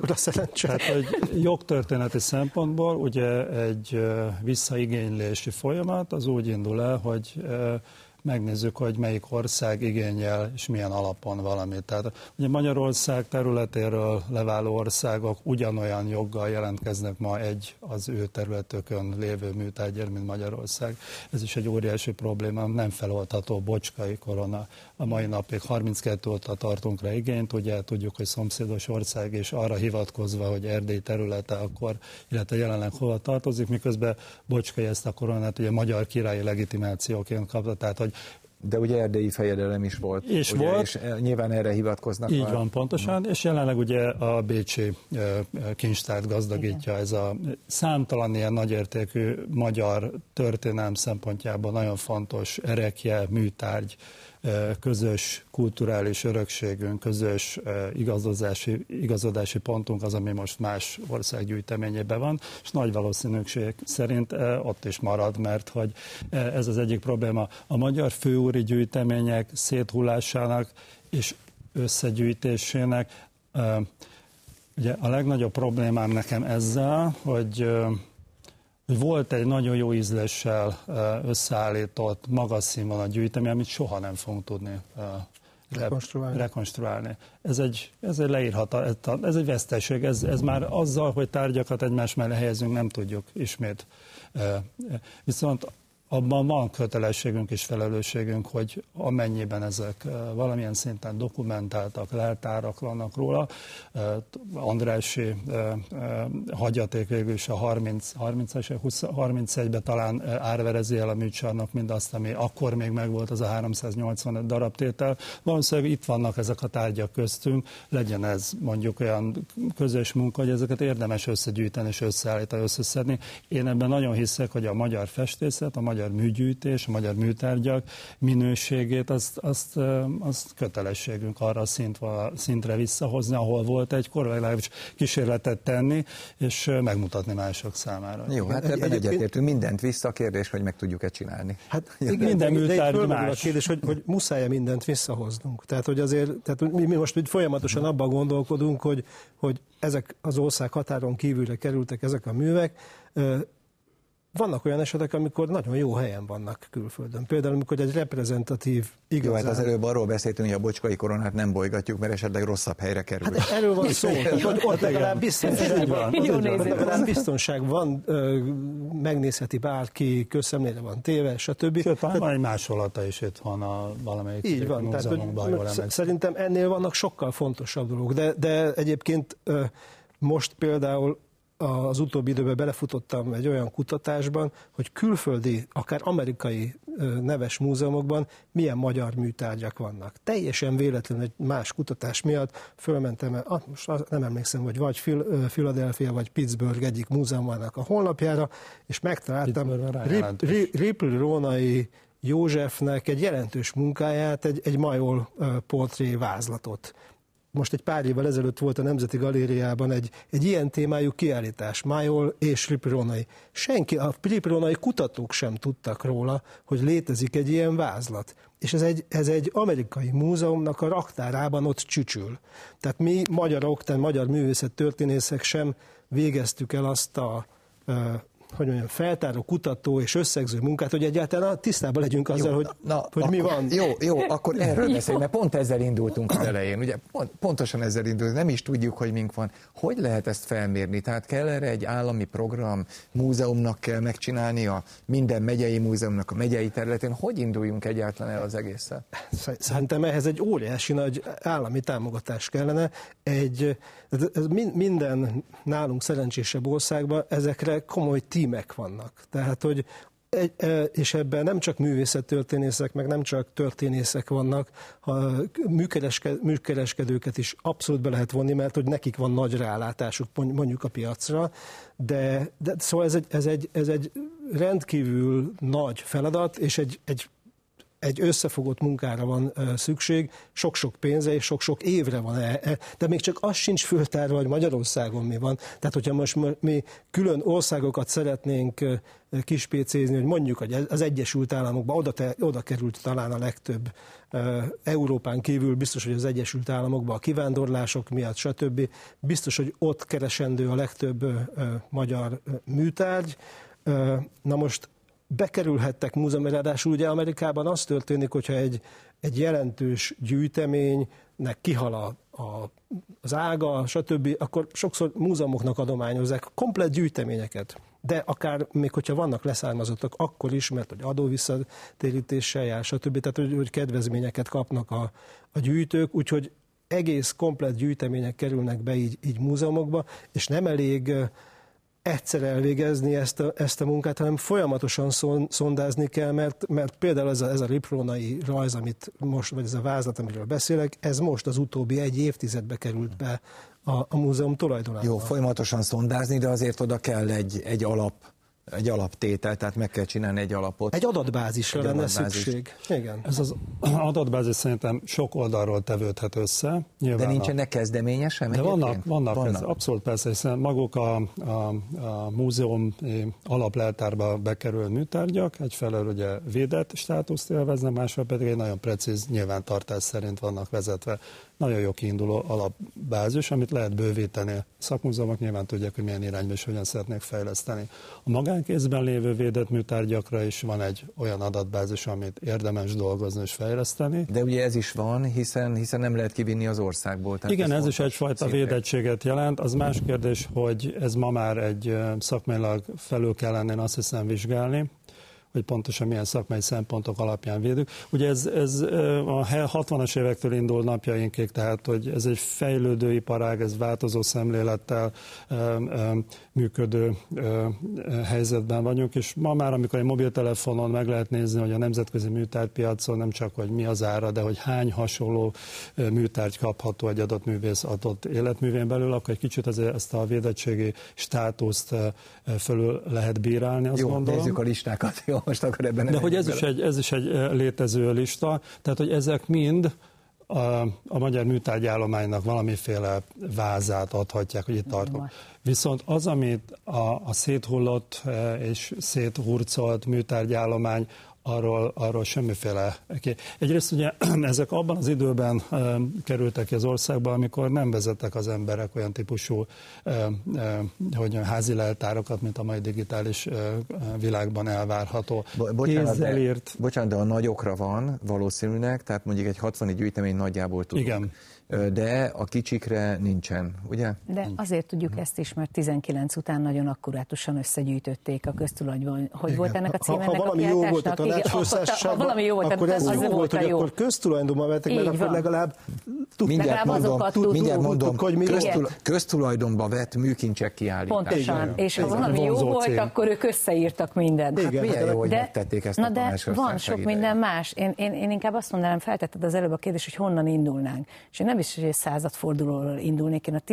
jogtörténeti szempontból ugye egy visszaigénylési folyamat az úgy indul el, hogy megnézzük, hogy melyik ország igényel és milyen alapon valamit. Tehát ugye Magyarország területéről leváló országok ugyanolyan joggal jelentkeznek ma az ő területükön lévő műtárgyért, mint Magyarország. Ez is egy óriási probléma, nem feloldható bocskai korona. A mai napig 32 óta tartunk rá igényt, ugye tudjuk, hogy szomszédos ország, és arra hivatkozva, hogy Erdély területe akkor, illetve jelenleg hova tartozik, miközben Bocskai ezt a koronát ugye magyar királyi legitimációként kapta, tehát hogy de ugye erdélyi fejedelem is volt. És ugye, volt. És nyilván erre hivatkoznak. Így van, pontosan, és jelenleg ugye a bécsi kincstárt gazdagítja ez a számtalan ilyen nagyértékű magyar történelem szempontjából nagyon fontos erekje, műtárgy, közös kulturális örökségünk, közös igazodási pontunk az, ami most más ország gyűjteményében van, és nagy valószínűség szerint ott is marad, mert hogy ez az egyik probléma. A magyar főúri gyűjtemények széthullásának és összegyűjtésének ugye a legnagyobb problémám nekem ezzel, hogy volt egy nagyon jó ízléssel összeállított magas színvonalú gyűjtemény, amit soha nem fogunk tudni rekonstruálni. Ez egy leírható, ez egy veszteség, ez már azzal, hogy tárgyakat egymás mellé helyezünk, nem tudjuk ismét. Viszont abban van kötelességünk és felelősségünk, hogy amennyiben ezek valamilyen szinten dokumentáltak, leltárak vannak róla, Andrássy hagyaték végül is a 31-ben talán árverezi el a műcsarnok mindazt, ami akkor még megvolt, az a 385 darab tétel. Valószínűleg itt vannak ezek a tárgyak köztünk, legyen ez mondjuk olyan közös munka, hogy ezeket érdemes összegyűjteni és összeállítani, összeszedni. Én ebben nagyon hiszek, hogy a magyar festészet, a magyar műgyűjtés, a magyar műtárgyak minőségét, azt kötelességünk arra a szintre visszahozni, ahol volt egykor, legalábbis kísérletet tenni, és megmutatni mások számára. Jó, hát ebben egyetértünk, mindent vissza, a kérdés, hogy meg tudjuk-e csinálni. Hát igen, minden műtárgy más. A kérdés, hogy muszáj-e mindent visszahoznunk. Tehát, hogy azért, mi most folyamatosan abban gondolkodunk, hogy ezek az ország határon kívülre kerültek ezek a művek. Vannak olyan esetek, amikor nagyon jó helyen vannak külföldön. Például, amikor egy reprezentatív igazán... Jó, hát az előbb arról beszéltünk, hogy a bocskai koronát nem bolygatjuk, mert esetleg rosszabb helyre kerül. Hát erről van szó, hogy ott legalább biztonság van, megnézheti bárki, közszemlére van téve, stb. Sőt, van egy másolata is itt van valamelyik így van, tehát, szerintem ennél vannak sokkal fontosabb dolgok, de egyébként most például az utóbbi időben belefutottam egy olyan kutatásban, hogy külföldi, akár amerikai neves múzeumokban milyen magyar műtárgyak vannak. Teljesen véletlenül egy más kutatás miatt fölmentem, most nem emlékszem, hogy vagy Philadelphia, vagy Pittsburgh egyik múzeumának a honlapjára, és megtaláltam Ripley Rónai Józsefnek egy jelentős munkáját, egy majol portré vázlatot. Most egy pár évvel ezelőtt volt a Nemzeti Galériában egy ilyen témájú kiállítás, Majol és Ripley Rónai. A Ripley Rónai kutatók sem tudtak róla, hogy létezik egy ilyen vázlat. És ez egy amerikai múzeumnak a raktárában ott csücsül. Tehát mi magyar művészettörténészek sem végeztük el azt a feltáró, kutató és összegző munkát, hogy egyáltalán tisztában legyünk azzal, hogy mi van. Jó, akkor erről beszélünk, mert pont ezzel indultunk az elején. Ugye pontosan ezzel indultunk, nem is tudjuk, hogy mink van. Hogy lehet ezt felmérni? Tehát kell erre egy állami program, múzeumnak kell megcsinálnia, minden megyei múzeumnak a megyei területén. Hogy induljunk egyáltalán el az egésszel? Szerintem ehhez egy óriási nagy állami támogatás kellene. Minden nálunk szerencsésebb országban ezekre komoly tímek vannak. Tehát, hogy és ebben nem csak művészettörténészek, meg nem csak történészek vannak, műkereskedőket is abszolút be lehet vonni, mert hogy nekik van nagy rálátásuk mondjuk a piacra, de szóval ez egy rendkívül nagy feladat, és egy összefogott munkára van szükség, sok-sok pénze és sok-sok évre van. De még csak az sincs föltárva, hogy Magyarországon mi van. Tehát, hogyha most mi külön országokat szeretnénk kispécézni, hogy mondjuk hogy az Egyesült Államokban oda került talán a legtöbb, Európán kívül biztos, hogy az Egyesült Államokban a kivándorlások miatt, stb. Biztos, hogy ott keresendő a legtöbb magyar műtárgy. Na most bekerülhettek múzeumba, ráadásul ugye Amerikában az történik, hogyha egy jelentős gyűjteménynek kihal az ága, stb., akkor sokszor múzeumoknak adományozzák komplett gyűjteményeket. De akár még hogyha vannak leszármazottak, akkor is, mert hogy adóvisszatérítéssel jár, stb., tehát hogy kedvezményeket kapnak a gyűjtők, úgyhogy egész komplett gyűjtemények kerülnek be így múzeumokba, és nem elég egyszer elvégezni ezt a munkát, hanem folyamatosan szondázni kell, mert például ez a riprónai rajz, amit most, vagy ez a vázlat, amiről beszélek, ez most az utóbbi 1 évtizedbe került be a múzeum tulajdonába. Jó, folyamatosan szondázni, de azért oda kell egy alaptétel, tehát meg kell csinálni egy alapot. Egy adatbázisra lenne szükség. Igen. Ez az adatbázis szerintem sok oldalról tevődhet össze. Nyilván de nincsenek kezdeményesek? De vannak. Abszolút persze, hiszen maguk a múzeum alapleltárba bekerül műtárgyak, egyfelől ugye védett státuszt élveznek, másfelől pedig egy nagyon precíz nyilvántartás szerint vannak vezetve. Nagyon jó kiinduló alapbázis, amit lehet bővíteni. A szakmúzeumok nyilván tudják, hogy milyen irányba és hogyan szeretnék fejleszteni. A magánkézben lévő védett műtárgyakra is van egy olyan adatbázis, amit érdemes dolgozni és fejleszteni. De ugye ez is van, hiszen nem lehet kivinni az országból. Tehát igen, ez is egyfajta védettséget jelent. Az más kérdés, hogy ez ma már egy szakmailag felül kellene, én azt hiszem, vizsgálni, hogy pontosan milyen szakmai szempontok alapján védük. Ugye ez a 60-as évektől indul napjainkig, tehát hogy ez egy fejlődő iparág, ez változó szemlélettel működő helyzetben vagyunk, és ma már, amikor egy mobiltelefonon meg lehet nézni, hogy a nemzetközi műtárgypiacon nem csak, hogy mi az ára, de hogy hány hasonló műtárgy kapható egy adott művész adott életművén belül, akkor egy kicsit ezt a védettségi státuszt fölül lehet bírálni, azt gondolom. Jó, nézzük a listákat. Jó, most akkor ebben de hogy ez is egy létező lista, tehát hogy ezek mind a magyar műtárgyállománynak valamiféle vázát adhatják, hogy itt tartok. Viszont az, amit a széthullott és széthurcolt műtárgyállomány, arról semmiféle. Egyrészt ugye ezek abban az időben kerültek ki az országba, amikor nem vezettek az emberek olyan típusú házi leltárokat, mint a mai digitális világban elvárható. Bocsánat, de a nagyokra van valószínűleg, tehát mondjuk egy 60 gyűjtemény nagyjából tudunk. Igen. De a kicsikre nincsen, ugye? De azért tudjuk ezt is, mert 19 után nagyon akkurátusan összegyűjtötték a köztulajdonban. Hogy volt ennek a címének ha valami jó volt a tanácsköztársaságban, akkor ez jó volt, hogy akkor köztulajdonban vették, mert akkor legalább mindjárt mondom, köztulajdonba vett műkincsek kiállítás. Pontosan, és ha valami jó volt, akkor ők összeírtak mindent. Hát milyen jó, hogy megtették ezt a tanácsköztársaság idején. Van sok minden más. Én inkább azt mondanám, feltetted az előbb a kérdést, hogy honnan indulnánk. És én nem is, hogy egy századfordulóról indulnék, én a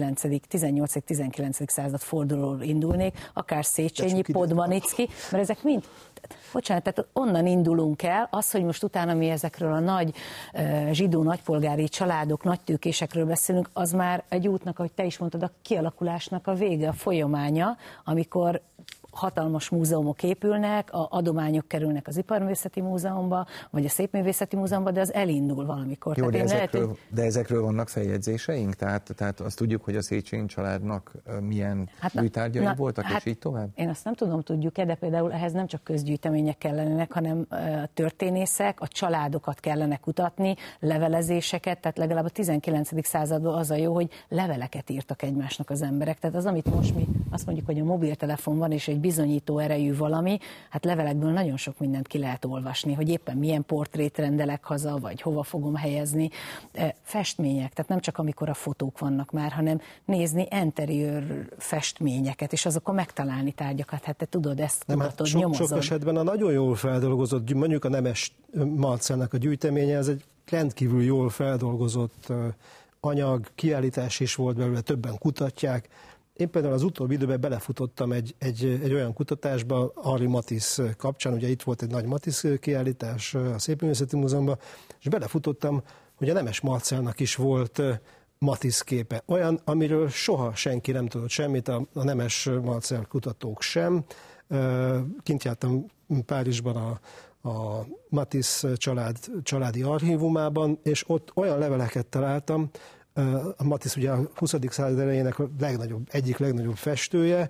18.-19. századfordulóról indulnék, akár Széchenyi, Podmanicki, mert ezek mind, bocsánat, tehát onnan indulunk el, az, hogy most utána mi ezekről a nagy zsidó nagypolgári családok, nagytőkésekről beszélünk, az már egy útnak, ahogy te is mondtad, a kialakulásnak a vége, a folyamánya, amikor hatalmas múzeumok épülnek, a adományok kerülnek az Iparművészeti Múzeumba, vagy a Szépművészeti Múzeumba, de az elindul valamikor. Jó, de ezekről vannak feljegyzéseink? Tehát azt tudjuk, hogy a Széchenyi családnak milyen műtárgyai voltak, és így tovább? Én azt nem tudom, tudjuk-e, de például ehhez nem csak közgyűjtemények kellenek, hanem a történészek, a családokat kellene kutatni, levelezéseket, tehát legalább a 19. században az a jó, hogy leveleket írtak egymásnak az emberek. Tehát az, amit most mi azt mondjuk, hogy a mobiltelefon van, és egy bizonyító erejű valami, hát levelekből nagyon sok mindent ki lehet olvasni, hogy éppen milyen portrét rendelek haza, vagy hova fogom helyezni. Festmények, tehát nem csak amikor a fotók vannak már, hanem nézni interiőr festményeket, és azokon megtalálni tárgyakat. Hát te tudod, ezt kutatod, nyomozod. Sok esetben a nagyon jól feldolgozott, mondjuk a Nemes Marcelnek a gyűjteménye, ez egy rendkívül jól feldolgozott anyag, kiállítás is volt belőle, többen kutatják. Én például az utóbbi időben belefutottam egy olyan kutatásba, Henri Matisse kapcsán, ugye itt volt egy nagy Matisse kiállítás a Szépművészeti Múzeumban, és belefutottam, hogy a Nemes Marcelnak is volt Matisse képe. Olyan, amiről soha senki nem tudott semmit, a Nemes Marcel kutatók sem. Kint jártam Párizsban a Matisse családi archívumában, és ott olyan leveleket találtam, a Matisse ugye a 20. század elejének egyik legnagyobb festője,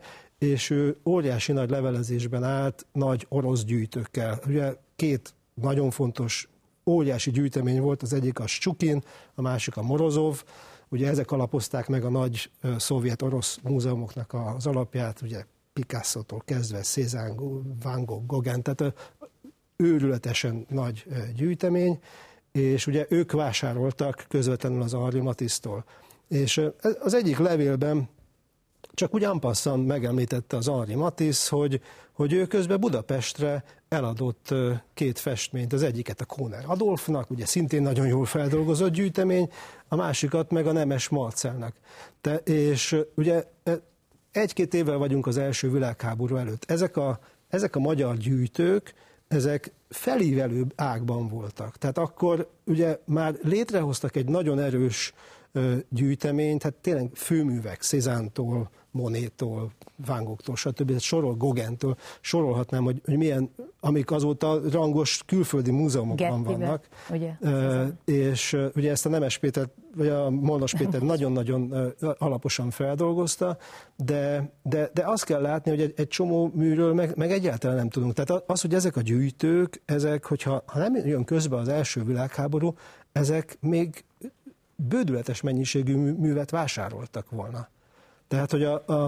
és ő óriási nagy levelezésben állt nagy orosz gyűjtőkkel. Ugye két nagyon fontos, óriási gyűjtemény volt, az egyik a Schukin, a másik a Morozov. Ugye ezek alapozták meg a nagy szovjet-orosz múzeumoknak az alapját, ugye Picasso-tól kezdve Cézanne, Van Gogh, Gauguin, tehát őrületesen nagy gyűjtemény, és ugye ők vásároltak közvetlenül az Henri Matisse-tól. És az egyik levélben csak úgy en passant megemlítette az Henri Matisse, hogy ő közben Budapestre eladott két festményt, az egyiket a Kohner Adolfnak, ugye szintén nagyon jól feldolgozott gyűjtemény, a másikat meg a Nemes Marcelnek. És ugye 1-2 évvel vagyunk az első világháború előtt. Ezek a magyar gyűjtők, ezek felívelő ágban voltak. Tehát akkor ugye már létrehoztak egy nagyon erős gyűjteményt, hát tényleg főművek, Cézanne-tól, Monet-tól, Van Gogh-tól, stb. Sorolhatnám, sorolhatnám, hogy milyen, amik azóta rangos külföldi múzeumokban vannak. Ugye? És ugye ezt a Nemes Péter, vagy a Molnos Péter nagyon-nagyon alaposan feldolgozta, de azt kell látni, hogy egy csomó műről meg egyáltalán nem tudunk. Tehát az, hogy ezek a gyűjtők, ezek, hogyha nem jön közbe az első világháború, ezek még bődületes mennyiségű művet vásároltak volna. Tehát, hogy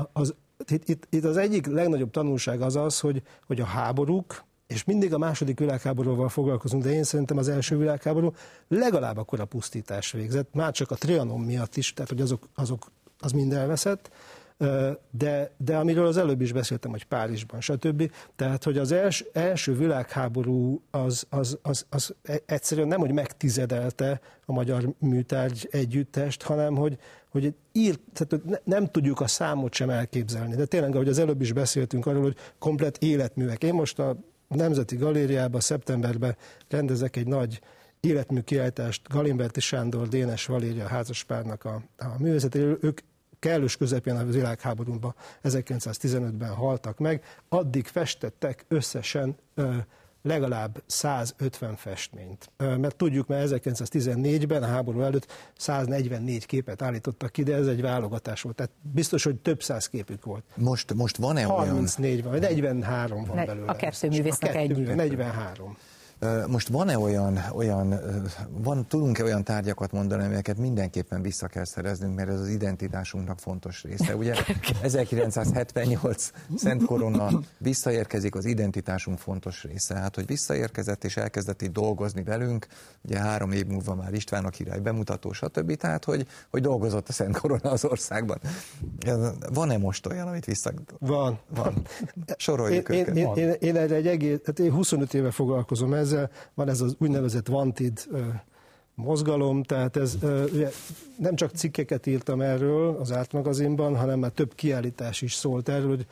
itt az egyik legnagyobb tanulság az, hogy a háborúk, és mindig a második világháborúval foglalkozunk, de én szerintem az első világháború legalább akkora pusztítás végzett, már csak a Trianon miatt is, tehát hogy az mind elveszett, de amiről az előbb is beszéltem, hogy Párizsban, stb. Tehát, hogy az első világháború az egyszerűen nem, hogy megtizedelte a magyar műtárgy együttest, hanem, hogy tehát nem tudjuk a számot sem elképzelni. De tényleg, ahogy az előbb is beszéltünk arról, hogy komplett életművek. Én most a Nemzeti Galériában szeptemberben rendezek egy nagy életmű kiállítást, Galimberti Sándor, Dénes Valéria házaspárnak a művészetéről. Ők kellős közepén a világháborúban 1915-ben haltak meg, addig festettek összesen legalább 150 festményt. Mert tudjuk, mert 1914-ben, a háború előtt 144 képet állítottak ki, de ez egy válogatás volt. Tehát biztos, hogy több száz képük volt. Most van-e 34 van, 43 van belőle. A kettő művésznek egy. 43. Most van-e tudunk-e olyan tárgyakat mondani, amelyeket mindenképpen vissza kell szereznünk, mert ez az identitásunknak fontos része. Ugye 1978 Szent Korona visszaérkezik, az identitásunk fontos része. Hát, hogy visszaérkezett és elkezdett itt dolgozni velünk, ugye 3 év múlva már István a király bemutató, stb. Tehát, hogy dolgozott a Szent Korona az országban. Van-e most olyan, amit vissza... Van. Soroljuk őket. Én erre én 25 éve foglalkozom ezzel, van ez az úgynevezett wanted mozgalom, tehát ez nem csak cikkeket írtam erről az Árt magazinban, hanem már több kiállítás is szólt erről, hogy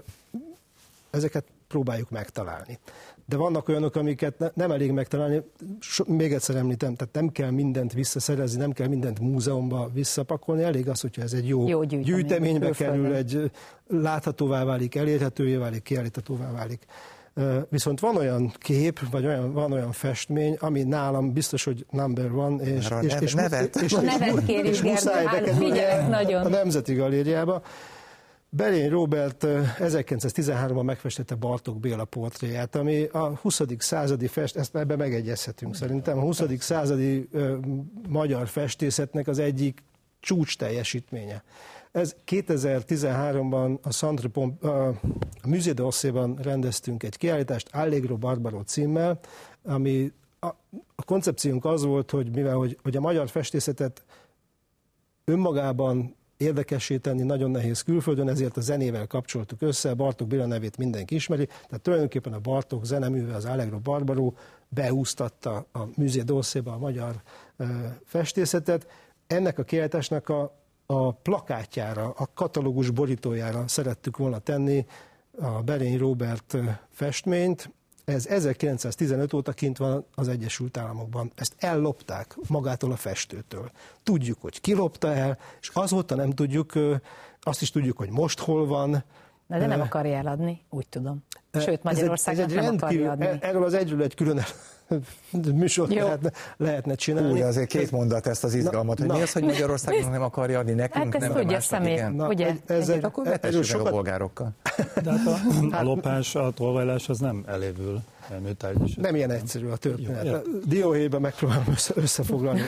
ezeket próbáljuk megtalálni. De vannak olyanok, amiket nem elég megtalálni, még egyszer említem, tehát nem kell mindent visszaszerezni, nem kell mindent múzeumba visszapakolni, elég az, hogyha ez egy jó gyűjteménybe kerül, egy láthatóvá válik, elérhetővé válik, kiállíthatóvá válik. Viszont van olyan kép, vagy van olyan festmény, ami nálam biztos, hogy number one, és muszáj bekerülni a Nemzeti Galériába. Berény Róbert 1913-ban megfestette Bartók Béla portréját, ami a 20. századi ezt ebben megegyezhetünk szerintem. A 20. századi magyar festészetnek az egyik csúcs teljesítménye. Ez 2013-ban a Musée d'Orsayban rendeztünk egy kiállítást Allegro Barbaro címmel, ami a koncepciónk az volt, hogy mivel hogy a magyar festészetet önmagában érdekessé tenni nagyon nehéz külföldön, ezért a zenével kapcsoltuk össze, Bartók Béla nevét mindenki ismeri, tehát tulajdonképpen a Bartók zeneműve, az Allegro Barbaro beúsztatta a Musée d'Orsayba a magyar festészetet. Ennek a kiállításnak a plakátjára, a katalógus borítójára szerettük volna tenni a Berény Róbert festményt. Ez 1915 óta kint van az Egyesült Államokban. Ezt ellopták magától a festőtől. Tudjuk, hogy ki lopta el, és azóta nem tudjuk, azt is tudjuk, hogy most hol van. De nem akarja eladni, úgy tudom. Sőt, Magyarországnak nem akarja adni. Erről az egyről egy külön műsort lehetne csinálni. Úgy, azért két mondat ezt az izgalmat, hogy mi az, hogy Magyarországnak nem akarja adni, nekünk hát nem, tudja másnak igen. Ugye? Akkor vetessük meg a bolgárokkal. De hát a lopás, a tolvajlás az nem elévül. Nem ilyen egyszerű a történet. Dióhéjban megpróbálom összefoglalni.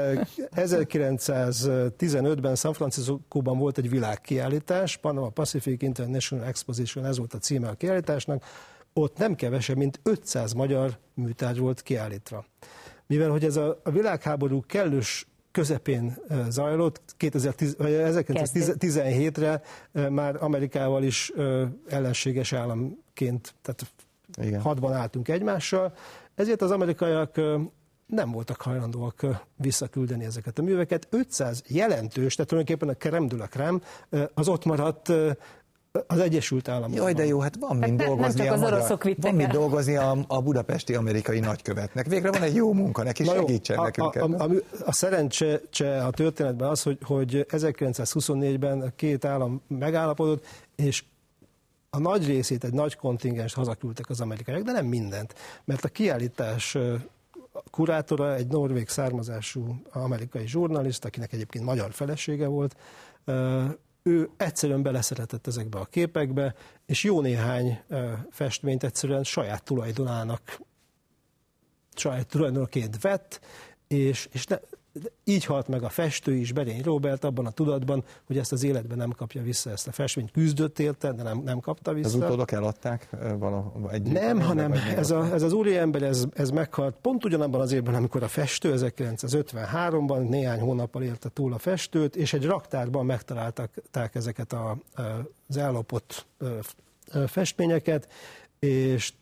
1915-ben San Franciscóban volt egy világkiállítás, Panama Pacific International Exposition, ez volt a címe a kiállításnak. Ott nem kevesebb, mint 500 magyar műtárgy volt kiállítva. Mivel hogy ez a világháború kellős közepén zajlott, 1917-re már Amerikával is ellenséges államként, tehát igen, hadban álltunk egymással, ezért az amerikaiak nem voltak hajlandóak visszaküldeni ezeket a műveket. 500 jelentős, tehát tulajdonképpen a crème de la crème, az ott maradt az Egyesült Államokban. Jaj, de jó, hát van mind dolgozni a budapesti amerikai nagykövetnek. Végre van egy jó munka, neki segítsen nekünk. A szerencse a történetben az, hogy 1924-ben a két állam megállapodott, és a nagy részét, egy nagy kontingenst hazaküldtek az amerikaiak, de nem mindent, mert a kiállítás kurátora egy norvég származású amerikai zsurnalista, akinek egyébként magyar felesége volt, ő egyszerűen beleszeretett ezekbe a képekbe, és jó néhány festményt egyszerűen saját tulajdonaként vett, és így halt meg a festő is, Berény Róbert, abban a tudatban, hogy ezt az életben nem kapja vissza ezt a festményt. Küzdött érte, de nem kapta vissza. Az utódok eladták együtt? Nem, hanem ez az úriember, ez meghalt pont ugyanabban az évben, amikor a festő, 1953-ban, néhány hónappal élte túl a festőt, és egy raktárban megtalálták ezeket az ellopott festményeket, és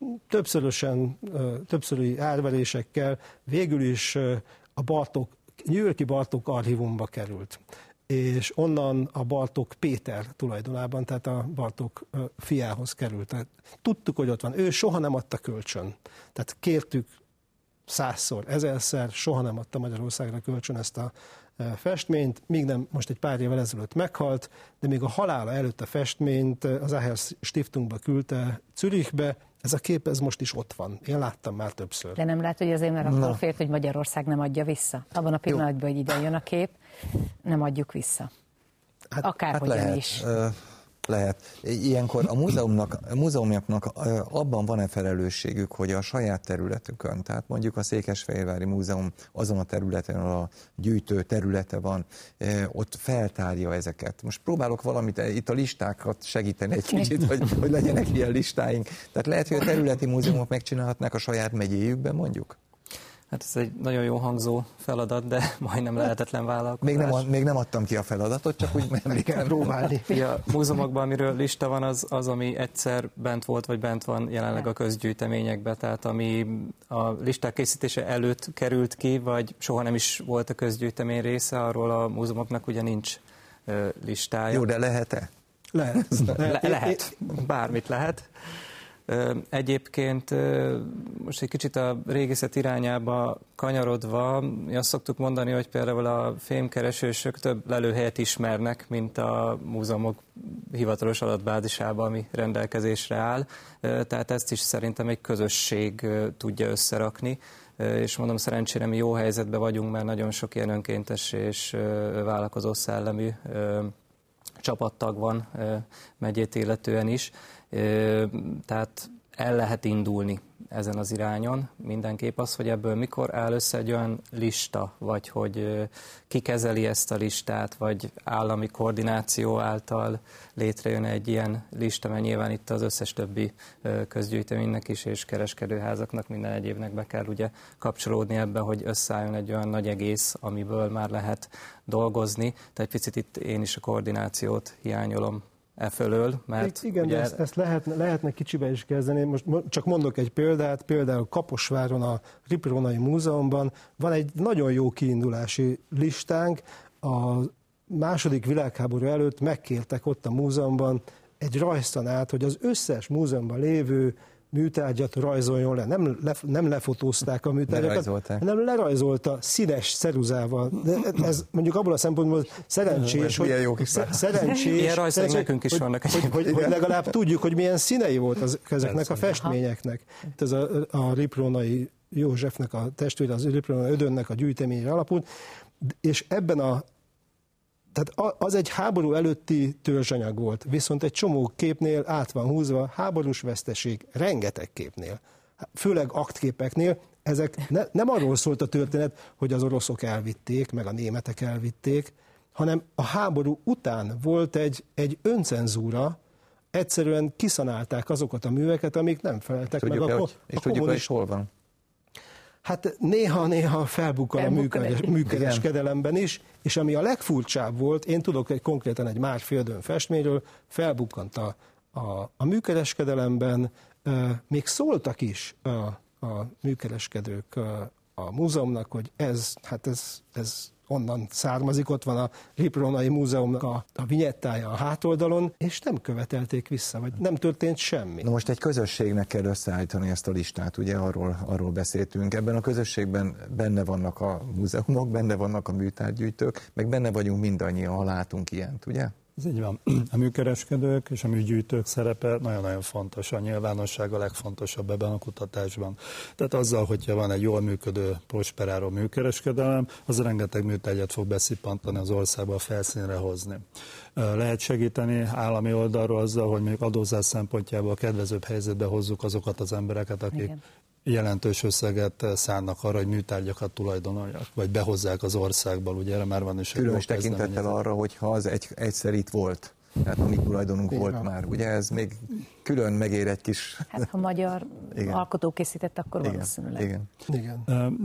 többszörös árverésekkel végül is a New York-i Bartók archívumba került, és onnan a Bartók Péter tulajdonában, tehát a Bartók fiához került. Tehát tudtuk, hogy ott van. Ő soha nem adta kölcsön. Tehát kértük 100-szor, 1000-szer, soha nem adta Magyarországra kölcsön ezt a festményt, míg nem most egy pár évvel ezelőtt meghalt, de még a halála előtt a festményt az Aher Stiftungba küldte Zürichbe. Ez a kép, ez most is ott van. Én láttam már többször. De nem lát, hogy azért, mert attól félt, hogy Magyarország nem adja vissza. Abban a pillanatban, hogy ide jön a kép, nem adjuk vissza. Akárhogyan lehet, is. Lehet. Ilyenkor a múzeumoknak abban van-e felelősségük, hogy a saját területükön, tehát mondjuk a Székesfehérvári Múzeum azon a területen, ahol a gyűjtő területe van, ott feltárja ezeket. Most próbálok valamit, itt a listákat segíteni egy kicsit, hogy legyenek ilyen listáink. Tehát lehet, hogy a területi múzeumok megcsinálhatnák a saját megyéjükben mondjuk? Hát ez egy nagyon jó hangzó feladat, de majdnem lehetetlen vállalkozás. Még nem adtam ki a feladatot, csak úgy emlékszem próbálni. A múzeumokban, amiről lista van, az, ami egyszer bent volt, vagy bent van jelenleg a közgyűjteményekben, tehát ami a listák készítése előtt került ki, vagy soha nem is volt a közgyűjtemény része, arról a múzeumoknak ugye nincs listája. Jó, de lehet-e? Lehet. Bármit lehet. Egyébként most egy kicsit a régészet irányába kanyarodva, azt szoktuk mondani, hogy például a fémkeresősök több lelőhelyet ismernek, mint a múzeumok hivatalos adatbázisában, ami rendelkezésre áll. Tehát ezt is szerintem egy közösség tudja összerakni. És mondom, szerencsére mi jó helyzetben vagyunk, mert nagyon sok ilyen önkéntes és vállalkozó szellemű csapattag van megyét illetően is. Tehát el lehet indulni ezen az irányon. Mindenképp az, hogy ebből mikor áll össze egy olyan lista, vagy hogy ki kezeli ezt a listát, vagy állami koordináció által létrejön egy ilyen lista, mert nyilván itt az összes többi közgyűjteménynek is, és kereskedőházaknak, minden egyébnek be kell ugye kapcsolódni ebbe, hogy összeálljon egy olyan nagy egész, amiből már lehet dolgozni. Tehát egy picit itt én is a koordinációt hiányolom fölől, mert igen, ugye... de ezt lehetne kicsibe is kezdeni. Most csak mondok egy példát, például Kaposváron a Rippronai Múzeumban van egy nagyon jó kiindulási listánk. A második világháború előtt megkértek ott a múzeumban egy rajztanát, hogy az összes múzeumban lévő műtárgyat rajzoljon le. Nem lefotózták a műtárgyakat, hanem lerajzolta színes ceruzával. De ez mondjuk abból a szempontból szerencsés, hogy ilyen rajzok nekünk is vannak. Hogy legalább tudjuk, hogy milyen színei volt ezeknek a festményeknek. Ez a Liprónai Józsefnek a testvére, az Liprónai Ödönnek a gyűjteményre alapult, és ebben tehát az egy háború előtti törzsanyag volt, viszont egy csomó képnél át van húzva háborús veszteség, rengeteg képnél, főleg aktképeknél. Ezek nem arról szólt a történet, hogy az oroszok elvitték, meg a németek elvitték, hanem a háború után volt egy öncenzúra, egyszerűen kiszanálták azokat a műveket, amik nem feleltek meg a kommunizmus. Hol van? Hát néha felbukkan a műkereskedelemben is, és ami a legfurcsább volt, én tudok konkrétan egy Márföldön festményről, felbukkant a műkereskedelemben, még szóltak is a műkereskedők a múzeumnak, hogy ez onnan származik, ott van a Liprónai Múzeumnak a vinyettája a hátoldalon, és nem követelték vissza, vagy nem történt semmi. Na most egy közösségnek kell összeállítani ezt a listát, ugye arról beszéltünk. Ebben a közösségben benne vannak a múzeumok, benne vannak a műtárgygyűjtők, meg benne vagyunk mindannyian, ha látunk ilyent, ugye? Ez így van. A műkereskedők és a műgyűjtők szerepe nagyon-nagyon fontos. A nyilvánosság a legfontosabb ebben a kutatásban. Tehát azzal, hogyha van egy jól működő, prosperáló műkereskedelem, az rengeteg műtárgyat fog beszippantani az országba, a felszínre hozni. Lehet segíteni állami oldalról azzal, hogy még adózás szempontjából kedvezőbb helyzetbe hozzuk azokat az embereket, akik igen, jelentős összeget szánnak arra, hogy műtárgyakat tulajdonoljak, vagy behozzák az országból, ugye erre már van is egy különös tekintettel arra, hogyha az egyszer itt volt, tehát a mi tulajdonunk volt már, ugye ez még külön megér egy kis... Hát ha magyar alkotó készített, akkor valószínűleg. Igen.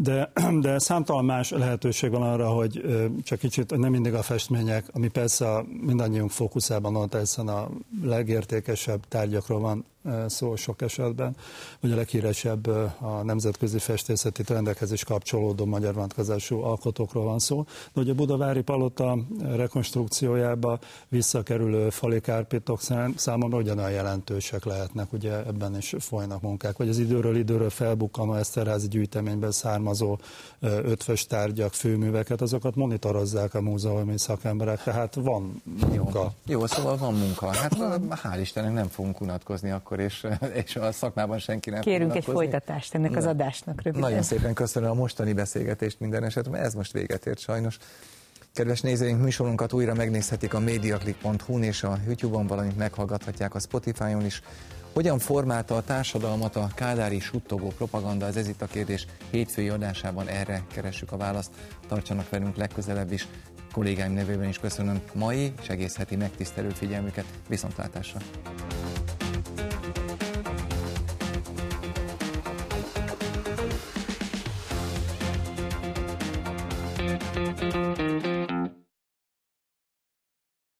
De számtalan más lehetőség van arra, hogy csak kicsit nem mindig a festmények, ami persze mindannyiunk fókuszában van, hiszen a legértékesebb tárgyakról van szó sok esetben, vagy a leghíresebb a nemzetközi festészeti trendekhez is kapcsolódó magyar vonatkozású alkotókról van szó, de hogy a Budavári Palota rekonstrukciójába visszakerülő fali kárpitok számomra ugyanolyan jelentősek lehetnek, ugye ebben is folynak munkák, vagy az időről időről felbukkanó Eszterházy gyűjteményben származó ötvös tárgyak, főműveket, azokat monitorozzák a múzeumi szakemberek, tehát van munka. Jó, szóval van munka. Hát hál' Istennek nem fogunk unatkozni akkor, és a szakmában senki nem kérünk egy folytatást ennek az adásnak röviden. Nagyon szépen köszönöm a mostani beszélgetést minden esetben, ez most véget ért sajnos. Kedves nézőink, műsorunkat újra megnézhetik a mediaclick.hu-n és a YouTube-on, valamint meghallgathatják a Spotify-on is. Hogyan formálta a társadalmat a kádári suttogó propaganda? Ez itt a kérdés. Hétfői adásában erre keressük a választ. Tartsanak velünk legközelebb is. Kollégáim nevében is köszönöm mai és egész heti megtisztelő figyelmüket. Viszontlátásra! Thank you.